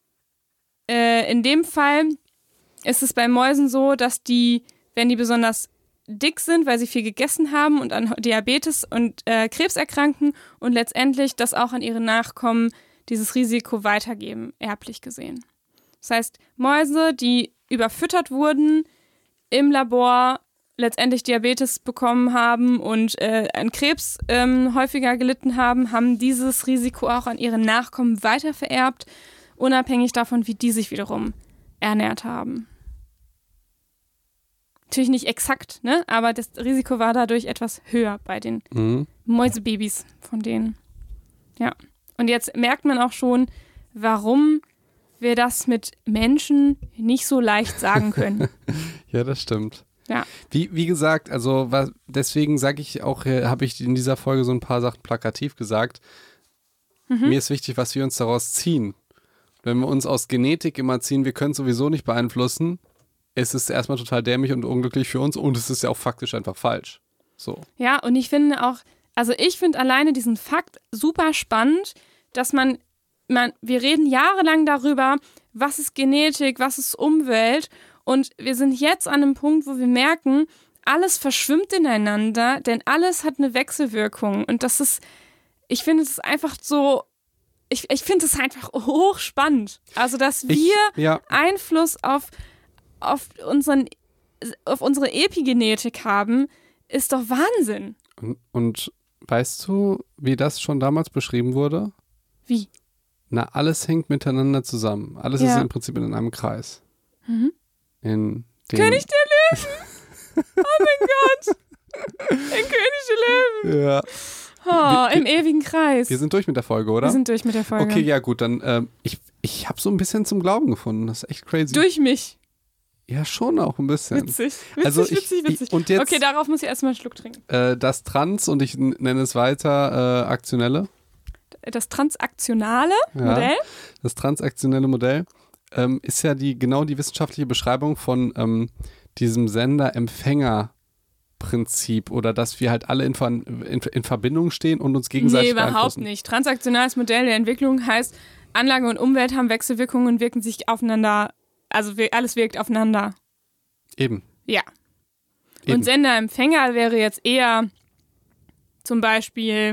in dem Fall ist es bei Mäusen so, dass wenn die besonders dick sind, weil sie viel gegessen haben und an Diabetes und Krebs erkranken und letztendlich das auch an ihre Nachkommen dieses Risiko weitergeben, erblich gesehen. Das heißt, Mäuse, die überfüttert wurden, im Labor letztendlich Diabetes bekommen haben und an Krebs häufiger gelitten haben dieses Risiko auch an ihre Nachkommen weitervererbt, unabhängig davon, wie die sich wiederum ernährt haben. Natürlich nicht exakt, ne? Aber das Risiko war dadurch etwas höher bei den Mäusebabys von denen. Ja. Und jetzt merkt man auch schon, warum wir das mit Menschen nicht so leicht sagen können. Ja, das stimmt. Ja. Wie gesagt, also deswegen sage ich auch, habe ich in dieser Folge so ein paar Sachen plakativ gesagt. Mir ist wichtig, was wir uns daraus ziehen. Wenn wir uns aus Genetik immer ziehen, wir können es sowieso nicht beeinflussen, es ist erstmal total dämlich und unglücklich für uns und es ist ja auch faktisch einfach falsch. So. Ja, und ich finde auch, also ich finde alleine diesen Fakt super spannend, dass wir reden jahrelang darüber, was ist Genetik, was ist Umwelt und wir sind jetzt an einem Punkt, wo wir merken, alles verschwimmt ineinander, denn alles hat eine Wechselwirkung und das ist, ich finde es einfach so, ich finde es einfach hochspannend. Also, dass wir Einfluss auf unsere Epigenetik haben, ist doch Wahnsinn. Und weißt du, wie das schon damals beschrieben wurde? Wie? Na, alles hängt miteinander zusammen. Alles ist im Prinzip in einem Kreis. König der Löwen! Oh mein Gott! Ein König der Löwen! Ja. Im ewigen Kreis. Wir sind durch mit der Folge, oder? Wir sind durch mit der Folge. Okay, ja gut, dann ich habe so ein bisschen zum Glauben gefunden. Das ist echt crazy. Durch mich? Ja, schon auch ein bisschen. Witzig. Und jetzt, okay, darauf muss ich erstmal einen Schluck trinken. Das und ich nenne es weiter Aktionelle. Das transaktionale Modell? Das transaktionelle Modell ist ja genau die wissenschaftliche Beschreibung von diesem Sender-Empfänger-Prinzip oder dass wir halt alle in Verbindung stehen und uns gegenseitig beeinflussen. Nee, überhaupt nicht. Transaktionales Modell der Entwicklung heißt, Anlage und Umwelt haben Wechselwirkungen und wirken sich aufeinander, also alles wirkt aufeinander. Eben. Ja. Eben. Und Sender-Empfänger wäre jetzt eher zum Beispiel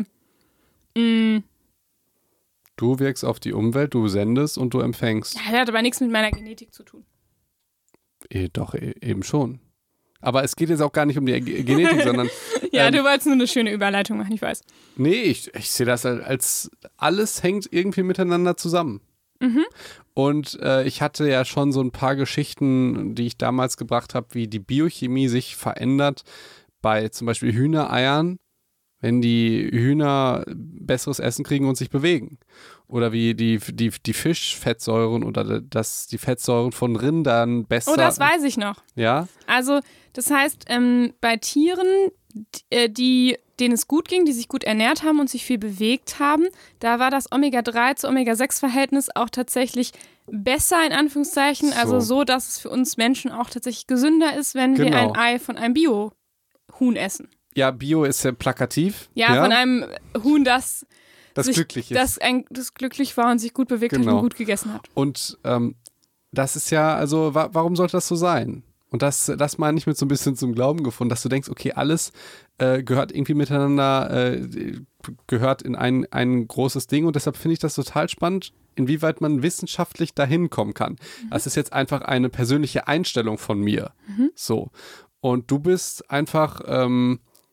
du wirkst auf die Umwelt, du sendest und du empfängst. Ja, das hat aber nichts mit meiner Genetik zu tun. Doch, eben schon. Aber es geht jetzt auch gar nicht um die Genetik, sondern... Ja, du wolltest nur eine schöne Überleitung machen, ich weiß. Nee, ich sehe das als alles hängt irgendwie miteinander zusammen. Und ich hatte ja schon so ein paar Geschichten, die ich damals gebracht habe, wie die Biochemie sich verändert bei zum Beispiel Hühnereiern, wenn die Hühner besseres Essen kriegen und sich bewegen. Oder wie die Fischfettsäuren oder die Fettsäuren von Rindern besser... Oh, das weiß ich noch. Ja? Also, das heißt, bei Tieren, denen es gut ging, die sich gut ernährt haben und sich viel bewegt haben, da war das Omega-3 zu Omega-6-Verhältnis auch tatsächlich besser, in Anführungszeichen. Also so, dass es für uns Menschen auch tatsächlich gesünder ist, wenn wir ein Ei von einem Bio-Huhn essen. Ja, Bio ist ja plakativ. Ja, von einem Huhn, das glücklich ist. Das glücklich war und sich gut bewegt hat und gut gegessen hat. Und das ist ja, also warum sollte das so sein? Und das meine ich mit so ein bisschen zum Glauben gefunden, dass du denkst, okay, alles gehört irgendwie miteinander, gehört in ein großes Ding und deshalb finde ich das total spannend, inwieweit man wissenschaftlich dahin kommen kann. Das ist jetzt einfach eine persönliche Einstellung von mir. So. Und du bist einfach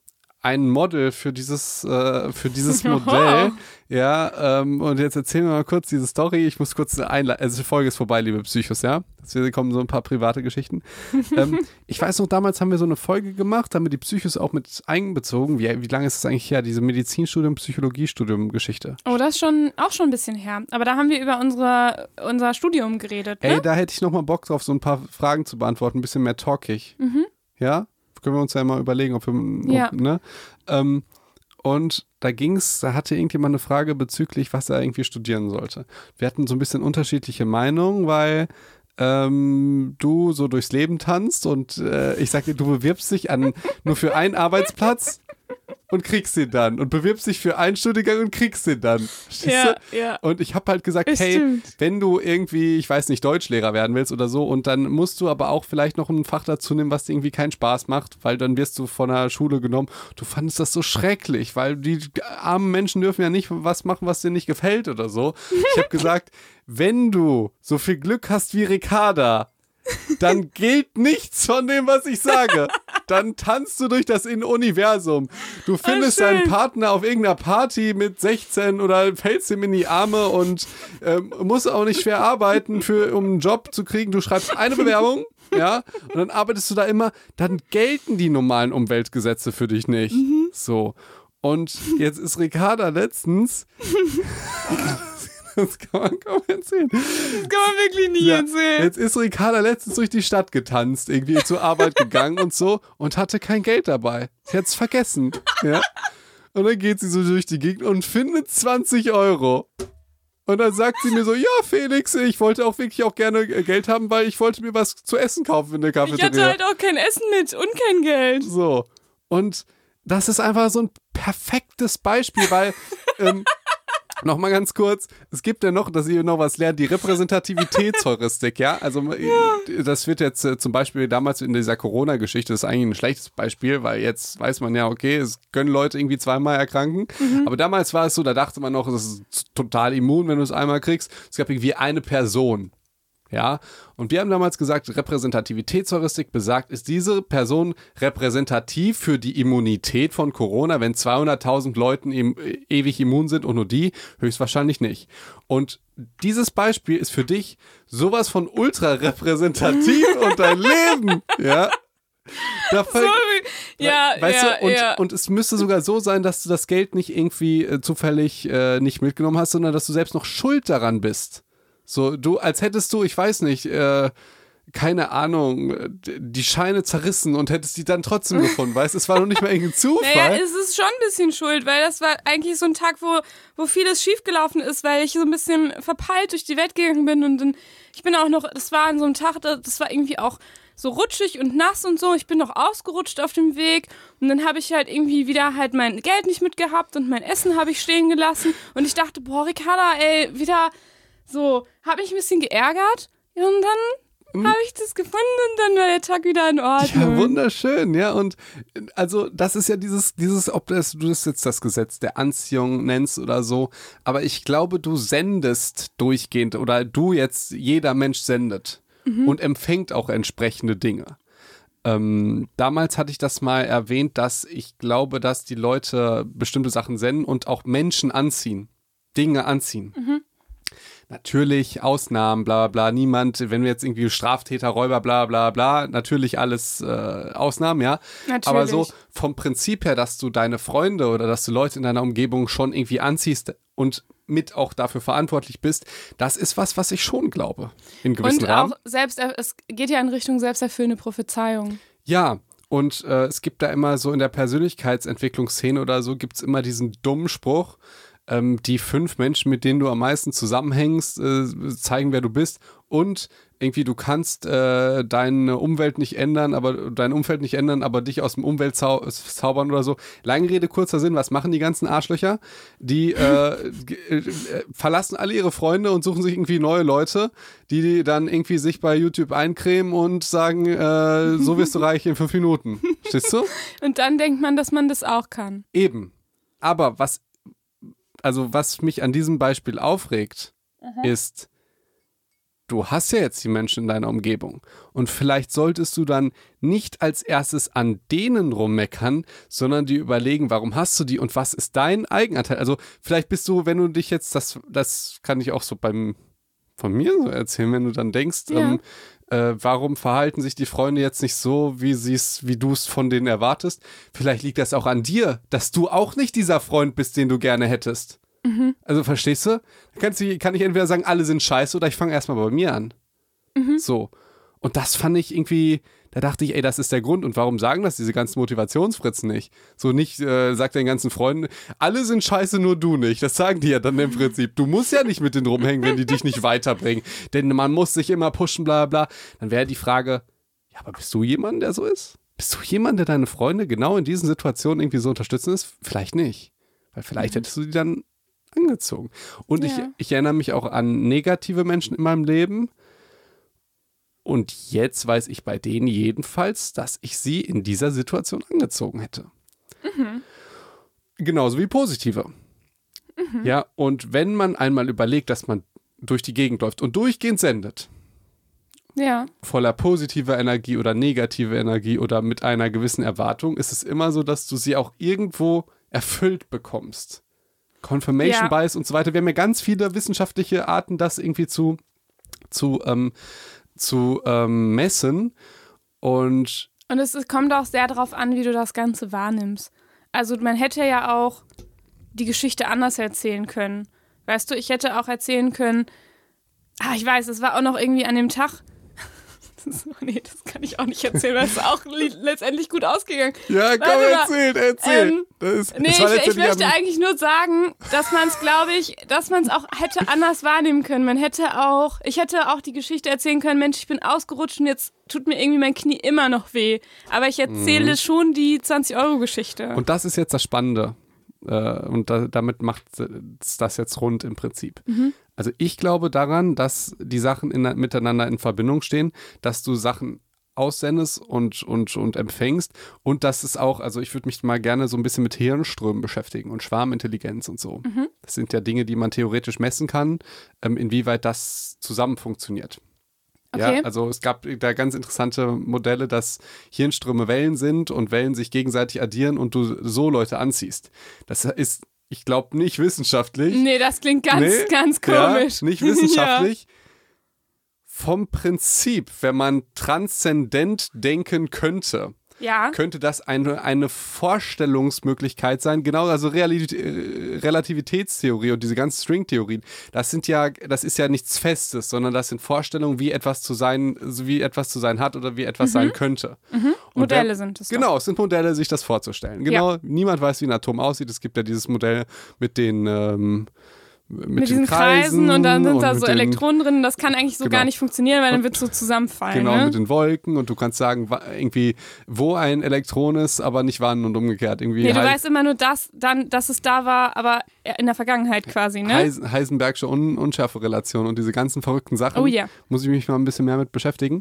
ein Model für dieses Modell. Ja, und jetzt erzählen wir mal kurz diese Story. Ich muss kurz also die Folge ist vorbei, liebe Psychos, ja. Jetzt kommen so ein paar private Geschichten. Ich weiß noch, damals haben wir so eine Folge gemacht, haben wir die Psychos auch mit einbezogen. Wie lange ist das eigentlich her, diese Medizinstudium, Psychologiestudium-Geschichte? Oh, das ist auch schon ein bisschen her. Aber da haben wir über unser Studium geredet, ne? Ey, da hätte ich noch mal Bock drauf, so ein paar Fragen zu beantworten, ein bisschen mehr talkig. Ja? Können wir uns ja mal überlegen, ob wir, ne? Und da hatte irgendjemand eine Frage bezüglich, was er irgendwie studieren sollte. Wir hatten so ein bisschen unterschiedliche Meinungen, weil du so durchs Leben tanzt und ich sag dir, du bewirbst dich nur für einen Arbeitsplatz und kriegst den dann und bewirbst dich für einen Studiengang und kriegst den dann. Verstehst du? Ja. Und ich habe halt gesagt, wenn du irgendwie, ich weiß nicht, Deutschlehrer werden willst oder so und dann musst du aber auch vielleicht noch ein Fach dazu nehmen, was dir irgendwie keinen Spaß macht, weil dann wirst du von der Schule genommen. Du fandest das so schrecklich, weil die armen Menschen dürfen ja nicht was machen, was dir nicht gefällt oder so. Ich habe gesagt, wenn du so viel Glück hast wie Ricarda, dann gilt nichts von dem, was ich sage. Dann tanzt du durch das Universum. Du findest deinen Partner auf irgendeiner Party mit 16 oder fällst ihm in die Arme und musst auch nicht schwer arbeiten, um einen Job zu kriegen. Du schreibst eine Bewerbung, ja, und dann arbeitest du da immer. Dann gelten die normalen Umweltgesetze für dich nicht. So. Und jetzt ist Ricarda letztens... Das kann man kaum erzählen. Das kann man wirklich nie erzählen. Jetzt ist Ricarda letztens durch die Stadt getanzt, irgendwie zur Arbeit gegangen und so und hatte kein Geld dabei. Sie hat es vergessen. Ja? Und dann geht sie so durch die Gegend und findet 20 Euro. Und dann sagt sie mir so, ja Felix, ich wollte auch wirklich auch gerne Geld haben, weil ich wollte mir was zu essen kaufen in der Cafeteria. Ich hatte halt auch kein Essen mit und kein Geld. So. Und das ist einfach so ein perfektes Beispiel, weil... Nochmal ganz kurz, es gibt ja noch, dass ihr noch was lernt, die Repräsentativitätsheuristik, ja? Also das wird jetzt zum Beispiel damals in dieser Corona-Geschichte, das ist eigentlich ein schlechtes Beispiel, weil jetzt weiß man ja, okay, es können Leute irgendwie zweimal erkranken, aber damals war es so, da dachte man noch, das ist total immun, wenn du es einmal kriegst. Es gab irgendwie eine Person. Ja, und wir haben damals gesagt, Repräsentativitätsheuristik besagt, ist diese Person repräsentativ für die Immunität von Corona, wenn 200.000 Leuten ewig immun sind und nur die höchstwahrscheinlich nicht. Und dieses Beispiel ist für dich sowas von ultra repräsentativ und dein Leben, ja. Und es müsste sogar so sein, dass du das Geld nicht irgendwie zufällig nicht mitgenommen hast, sondern dass du selbst noch schuld daran bist. So, du, als hättest du, ich weiß nicht, keine Ahnung, die Scheine zerrissen und hättest die dann trotzdem gefunden, weißt du? Es war noch nicht mal irgendein Zufall. Naja, es ist schon ein bisschen schuld, weil das war eigentlich so ein Tag, wo vieles schiefgelaufen ist, weil ich so ein bisschen verpeilt durch die Welt gegangen bin und dann, ich bin auch noch, das war an so einem Tag, das war irgendwie auch so rutschig und nass und so, ich bin noch ausgerutscht auf dem Weg und dann habe ich halt irgendwie wieder halt mein Geld nicht mitgehabt und mein Essen habe ich stehen gelassen und ich dachte, boah, Ricarda, ey, wieder... So, habe mich ein bisschen geärgert und dann habe ich das gefunden und dann war der Tag wieder in Ordnung. Ja, wunderschön, ja, und also das ist ja dieses, ob du das jetzt das Gesetz der Anziehung nennst oder so, aber ich glaube, du sendest durchgehend oder jeder Mensch sendet und empfängt auch entsprechende Dinge. Damals hatte ich das mal erwähnt, dass ich glaube, dass die Leute bestimmte Sachen senden und auch Menschen anziehen, Dinge anziehen. Natürlich, Ausnahmen, bla bla bla, niemand, wenn wir jetzt irgendwie Straftäter, Räuber, bla bla bla, natürlich alles Ausnahmen, ja. Natürlich. Aber so vom Prinzip her, dass du deine Freunde oder dass du Leute in deiner Umgebung schon irgendwie anziehst und mit auch dafür verantwortlich bist, das ist was ich schon glaube, in gewissen Rahmen. Und auch es geht ja in Richtung selbsterfüllende Prophezeiung. Ja, und es gibt da immer so in der Persönlichkeitsentwicklungsszene oder so, gibt es immer diesen dummen Spruch, die 5 Menschen, mit denen du am meisten zusammenhängst, zeigen, wer du bist und irgendwie du kannst deine Umwelt nicht ändern, aber dein Umfeld nicht ändern, aber dich aus dem Umwelt zaubern oder so. Lange Rede, kurzer Sinn, was machen die ganzen Arschlöcher? Die verlassen alle ihre Freunde und suchen sich irgendwie neue Leute, die dann irgendwie sich bei YouTube eincremen und sagen, so wirst du reich in 5 Minuten. Verstehst du? Und dann denkt man, dass man das auch kann. Eben. Aber was mich an diesem Beispiel aufregt, ist, du hast ja jetzt die Menschen in deiner Umgebung. Und vielleicht solltest du dann nicht als erstes an denen rummeckern, sondern dir überlegen, warum hast du die und was ist dein Eigenanteil? Also vielleicht bist du, wenn du dich jetzt, das kann ich auch so von mir so erzählen, wenn du dann denkst, warum verhalten sich die Freunde jetzt nicht so, wie du es von denen erwartest? Vielleicht liegt das auch an dir, dass du auch nicht dieser Freund bist, den du gerne hättest. Also verstehst du? Kann ich entweder sagen, alle sind scheiße oder ich fange erstmal bei mir an. So. Und das fand ich irgendwie, da dachte ich, ey, das ist der Grund. Und warum sagen das diese ganzen Motivationsfritzen nicht? So nicht, sagt den ganzen Freunden, alle sind scheiße, nur du nicht. Das sagen die ja dann im Prinzip. Du musst ja nicht mit denen rumhängen, wenn die dich nicht weiterbringen. Denn man muss sich immer pushen, bla bla. Dann wäre die Frage, ja, aber bist du jemand, der so ist? Bist du jemand, der deine Freunde genau in diesen Situationen irgendwie so unterstützen ist? Vielleicht nicht. Weil vielleicht hättest du die dann angezogen. Und ich erinnere mich auch an negative Menschen in meinem Leben. Und jetzt weiß ich bei denen jedenfalls, dass ich sie in dieser Situation angezogen hätte. Genauso wie positive. Ja, und wenn man einmal überlegt, dass man durch die Gegend läuft und durchgehend sendet, voller positiver Energie oder negative Energie oder mit einer gewissen Erwartung, ist es immer so, dass du sie auch irgendwo erfüllt bekommst. Confirmation Bias und so weiter. Wir haben ja ganz viele wissenschaftliche Arten, das irgendwie zu messen. Und es kommt auch sehr darauf an, wie du das Ganze wahrnimmst. Also man hätte ja auch die Geschichte anders erzählen können. Weißt du, ich hätte auch erzählen können, ich weiß, es war auch noch irgendwie an dem Tag. Das kann ich auch nicht erzählen, weil es ist auch letztendlich gut ausgegangen. Ja, komm, erzähl. Ich möchte eigentlich nur sagen, dass man es, glaube ich, auch hätte anders wahrnehmen können. Ich hätte auch die Geschichte erzählen können, Mensch, ich bin ausgerutscht und jetzt tut mir irgendwie mein Knie immer noch weh. Aber ich erzähle schon die 20-Euro-Geschichte. Und das ist jetzt das Spannende. Und damit macht es das jetzt rund im Prinzip. Also ich glaube daran, dass die Sachen miteinander in Verbindung stehen, dass du Sachen aussendest und empfängst und dass es auch, also ich würde mich mal gerne so ein bisschen mit Hirnströmen beschäftigen und Schwarmintelligenz und so. Das sind ja Dinge, die man theoretisch messen kann, inwieweit das zusammen funktioniert. Okay. Ja, also es gab da ganz interessante Modelle, dass Hirnströme Wellen sind und Wellen sich gegenseitig addieren und du so Leute anziehst. Das ist, ich glaube, nicht wissenschaftlich. Nee, das klingt ganz komisch. Ja, nicht wissenschaftlich. Vom Prinzip, wenn man transzendent denken könnte, könnte das eine Vorstellungsmöglichkeit sein. Genau, also Relativitätstheorie und diese ganzen Stringtheorien, das ist ja nichts Festes, sondern das sind Vorstellungen, wie etwas zu sein hat oder wie etwas sein könnte. Modelle sind es. Genau, es sind Modelle, sich das vorzustellen. Genau, niemand weiß, wie ein Atom aussieht. Es gibt ja dieses Modell mit den mit diesen Kreisen und dann sind da so Elektronen drin. Das kann eigentlich so gar nicht funktionieren, weil dann wird es so zusammenfallen. Genau, ne? Mit den Wolken und du kannst sagen, irgendwie, wo ein Elektron ist, aber nicht wann und umgekehrt. Irgendwie du weißt immer nur, dass es da war, aber in der Vergangenheit quasi, ne? Heisenbergsche Unschärferelation und diese ganzen verrückten Sachen. Oh ja. Muss ich mich mal ein bisschen mehr mit beschäftigen.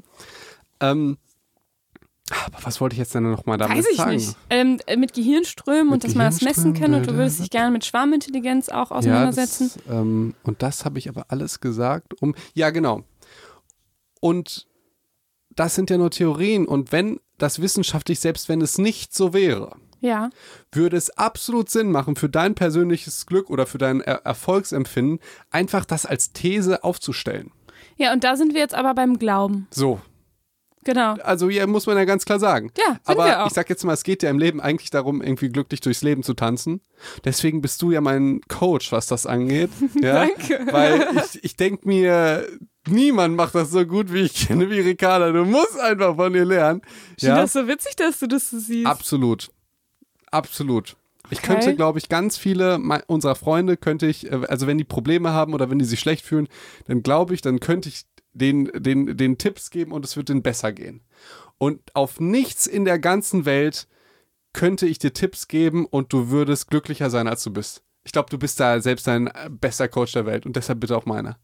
Aber was wollte ich jetzt denn noch mal damit sagen? Weiß ich nicht. Mit Gehirnströmen und dass man das messen kann und du würdest dich gerne mit Schwarmintelligenz auch auseinandersetzen. Ja, und das habe ich aber alles gesagt, ja, genau. Und das sind ja nur Theorien und wenn das wissenschaftlich, selbst wenn es nicht so wäre, würde es absolut Sinn machen für dein persönliches Glück oder für dein Erfolgsempfinden, einfach das als These aufzustellen. Ja, und da sind wir jetzt aber beim Glauben. So. Genau. Also hier muss man ja ganz klar sagen. Ja, aber wir auch. Ich sag jetzt mal, es geht ja im Leben eigentlich darum, irgendwie glücklich durchs Leben zu tanzen. Deswegen bist du ja mein Coach, was das angeht. Ja? Danke. Weil ich denke mir, niemand macht das so gut, wie ich kenne, wie Ricarda. Du musst einfach von ihr lernen. Ich finde das so witzig, dass du das so siehst. Absolut. Ich könnte, glaube ich, ganz viele unserer Freunde also wenn die Probleme haben oder wenn die sich schlecht fühlen, dann glaube ich, dann könnte ich den Tipps geben und es wird denen besser gehen. Und auf nichts in der ganzen Welt könnte ich dir Tipps geben und du würdest glücklicher sein, als du bist. Ich glaube, du bist da selbst ein bester Coach der Welt und deshalb bitte auch meiner.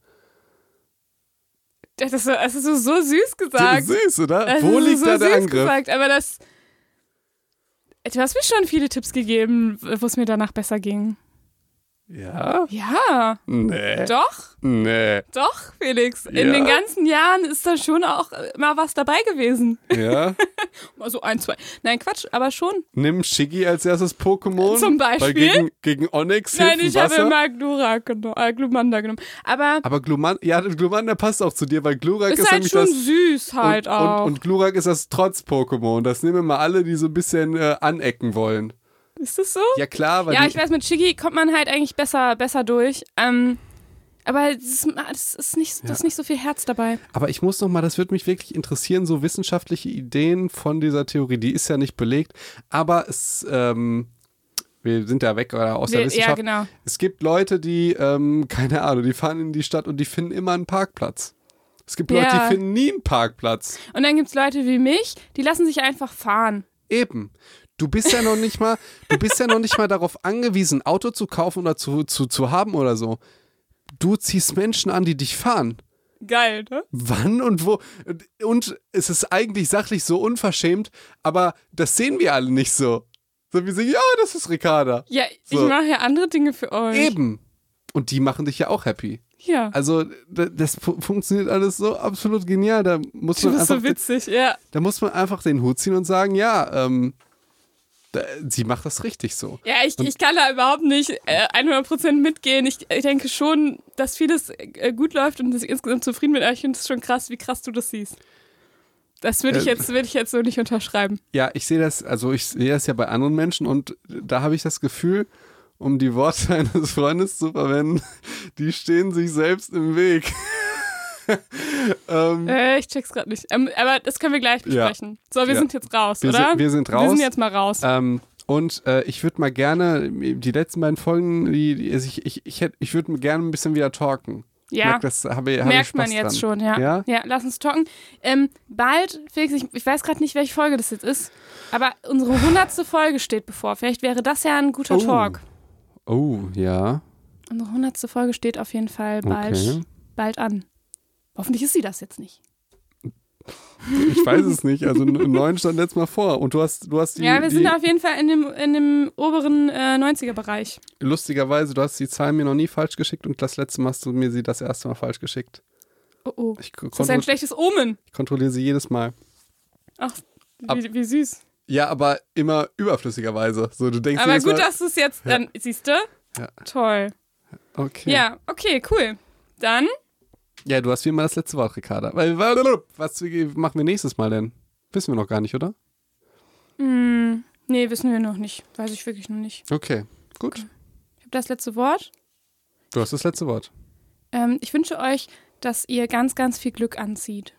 Das ist so süß gesagt. Süß, oder? Wo liegt da der Angriff? Gesagt, aber du hast mir schon viele Tipps gegeben, wo es mir danach besser ging. Ja? Ja, Nee. doch, Nee. doch, Felix. Ja? In den ganzen Jahren ist da schon auch mal was dabei gewesen. Ja? Mal so 1, 2. Nein, Quatsch, aber schon. Nimm Shiggy als erstes Pokémon. Zum Beispiel? Weil gegen Onix Nein, hilft ich habe Wasser. immer Glumanda genommen. Aber Aber Glumanda passt auch zu dir, weil Glurak ist ist halt nämlich schon das... süß halt auch. Und Glurak ist das Trotz-Pokémon. Das nehmen immer alle, die so ein bisschen anecken wollen. Ist das so? Ja klar, weil Ja, ich weiß, mit Shiggy kommt man halt eigentlich besser durch. Aber das ist nicht so viel Herz dabei. aber ich muss noch mal, das würde mich wirklich interessieren, so wissenschaftliche Ideen von dieser Theorie. Die ist ja nicht belegt, aber es, wir sind ja weg oder aus der Wissenschaft. Ja, genau. Es gibt Leute, die, keine Ahnung, die fahren in die Stadt und die finden immer einen Parkplatz. Es gibt Leute, Ja. die finden nie einen Parkplatz. Und dann gibt es Leute wie mich, die lassen sich einfach fahren. Eben. Du bist ja noch nicht mal darauf angewiesen, ein Auto zu kaufen oder zu haben oder so. Du ziehst Menschen an, die dich fahren. Geil, ne? Wann und wo? Und es ist eigentlich sachlich so unverschämt, aber das sehen wir alle nicht so. So wie sie, ja, das ist Ricarda. Ja, So. ich mache ja andere Dinge für euch. Eben. Und die machen dich ja auch happy. Ja. Also das funktioniert alles so absolut genial. Da muss Du man bist einfach, so witzig, ja. da muss man einfach den Hut ziehen und sagen, ja, sie macht das richtig so. Ja, ich kann da überhaupt nicht 100% mitgehen. Ich denke schon, dass vieles gut läuft und dass ich insgesamt zufrieden bin. Aber ich finde es schon krass, wie krass du das siehst. Das würde ich jetzt so nicht unterschreiben. Ja, ich sehe das ja bei anderen Menschen und da habe ich das Gefühl, um die Worte eines Freundes zu verwenden, die stehen sich selbst im Weg. Ich check's gerade nicht. Aber das können wir gleich besprechen. So, wir sind jetzt raus, oder? Wir sind raus. Wir sind jetzt mal raus. Und ich würde mal gerne, die letzten beiden Folgen, ich würde gerne ein bisschen wieder talken. Ja, merkt man jetzt schon, ja. Ja, lass uns talken. Bald, Felix, ich weiß gerade nicht, welche Folge das jetzt ist, aber unsere 100. Folge steht bevor. Vielleicht wäre das ja ein guter Talk. Oh, ja. Unsere 100. Folge steht auf jeden Fall bald an. Hoffentlich ist sie das jetzt nicht. Ich weiß es nicht. Also 9 stand letztes Mal vor. Und du hast die... Ja, wir sind auf jeden Fall in dem oberen 90er-Bereich. Lustigerweise, du hast die Zahlen mir noch nie falsch geschickt und das letzte Mal hast du mir sie das erste Mal falsch geschickt. Oh. Das ist ein schlechtes Omen. Ich kontrolliere sie jedes Mal. Ach, wie süß. Ja, aber immer überflüssigerweise. So, du denkst aber jedes gut, Mal, dass du es jetzt dann, siehst du? Ja. Toll. Okay. Ja, okay, cool. Dann... Ja, du hast wie immer das letzte Wort, Ricarda. Was machen wir nächstes Mal denn? Wissen wir noch gar nicht, oder? Nee, wissen wir noch nicht. Weiß ich wirklich noch nicht. Okay, gut. Ich habe das letzte Wort. Du hast das letzte Wort. Ich wünsche euch, dass ihr ganz, ganz viel Glück anzieht.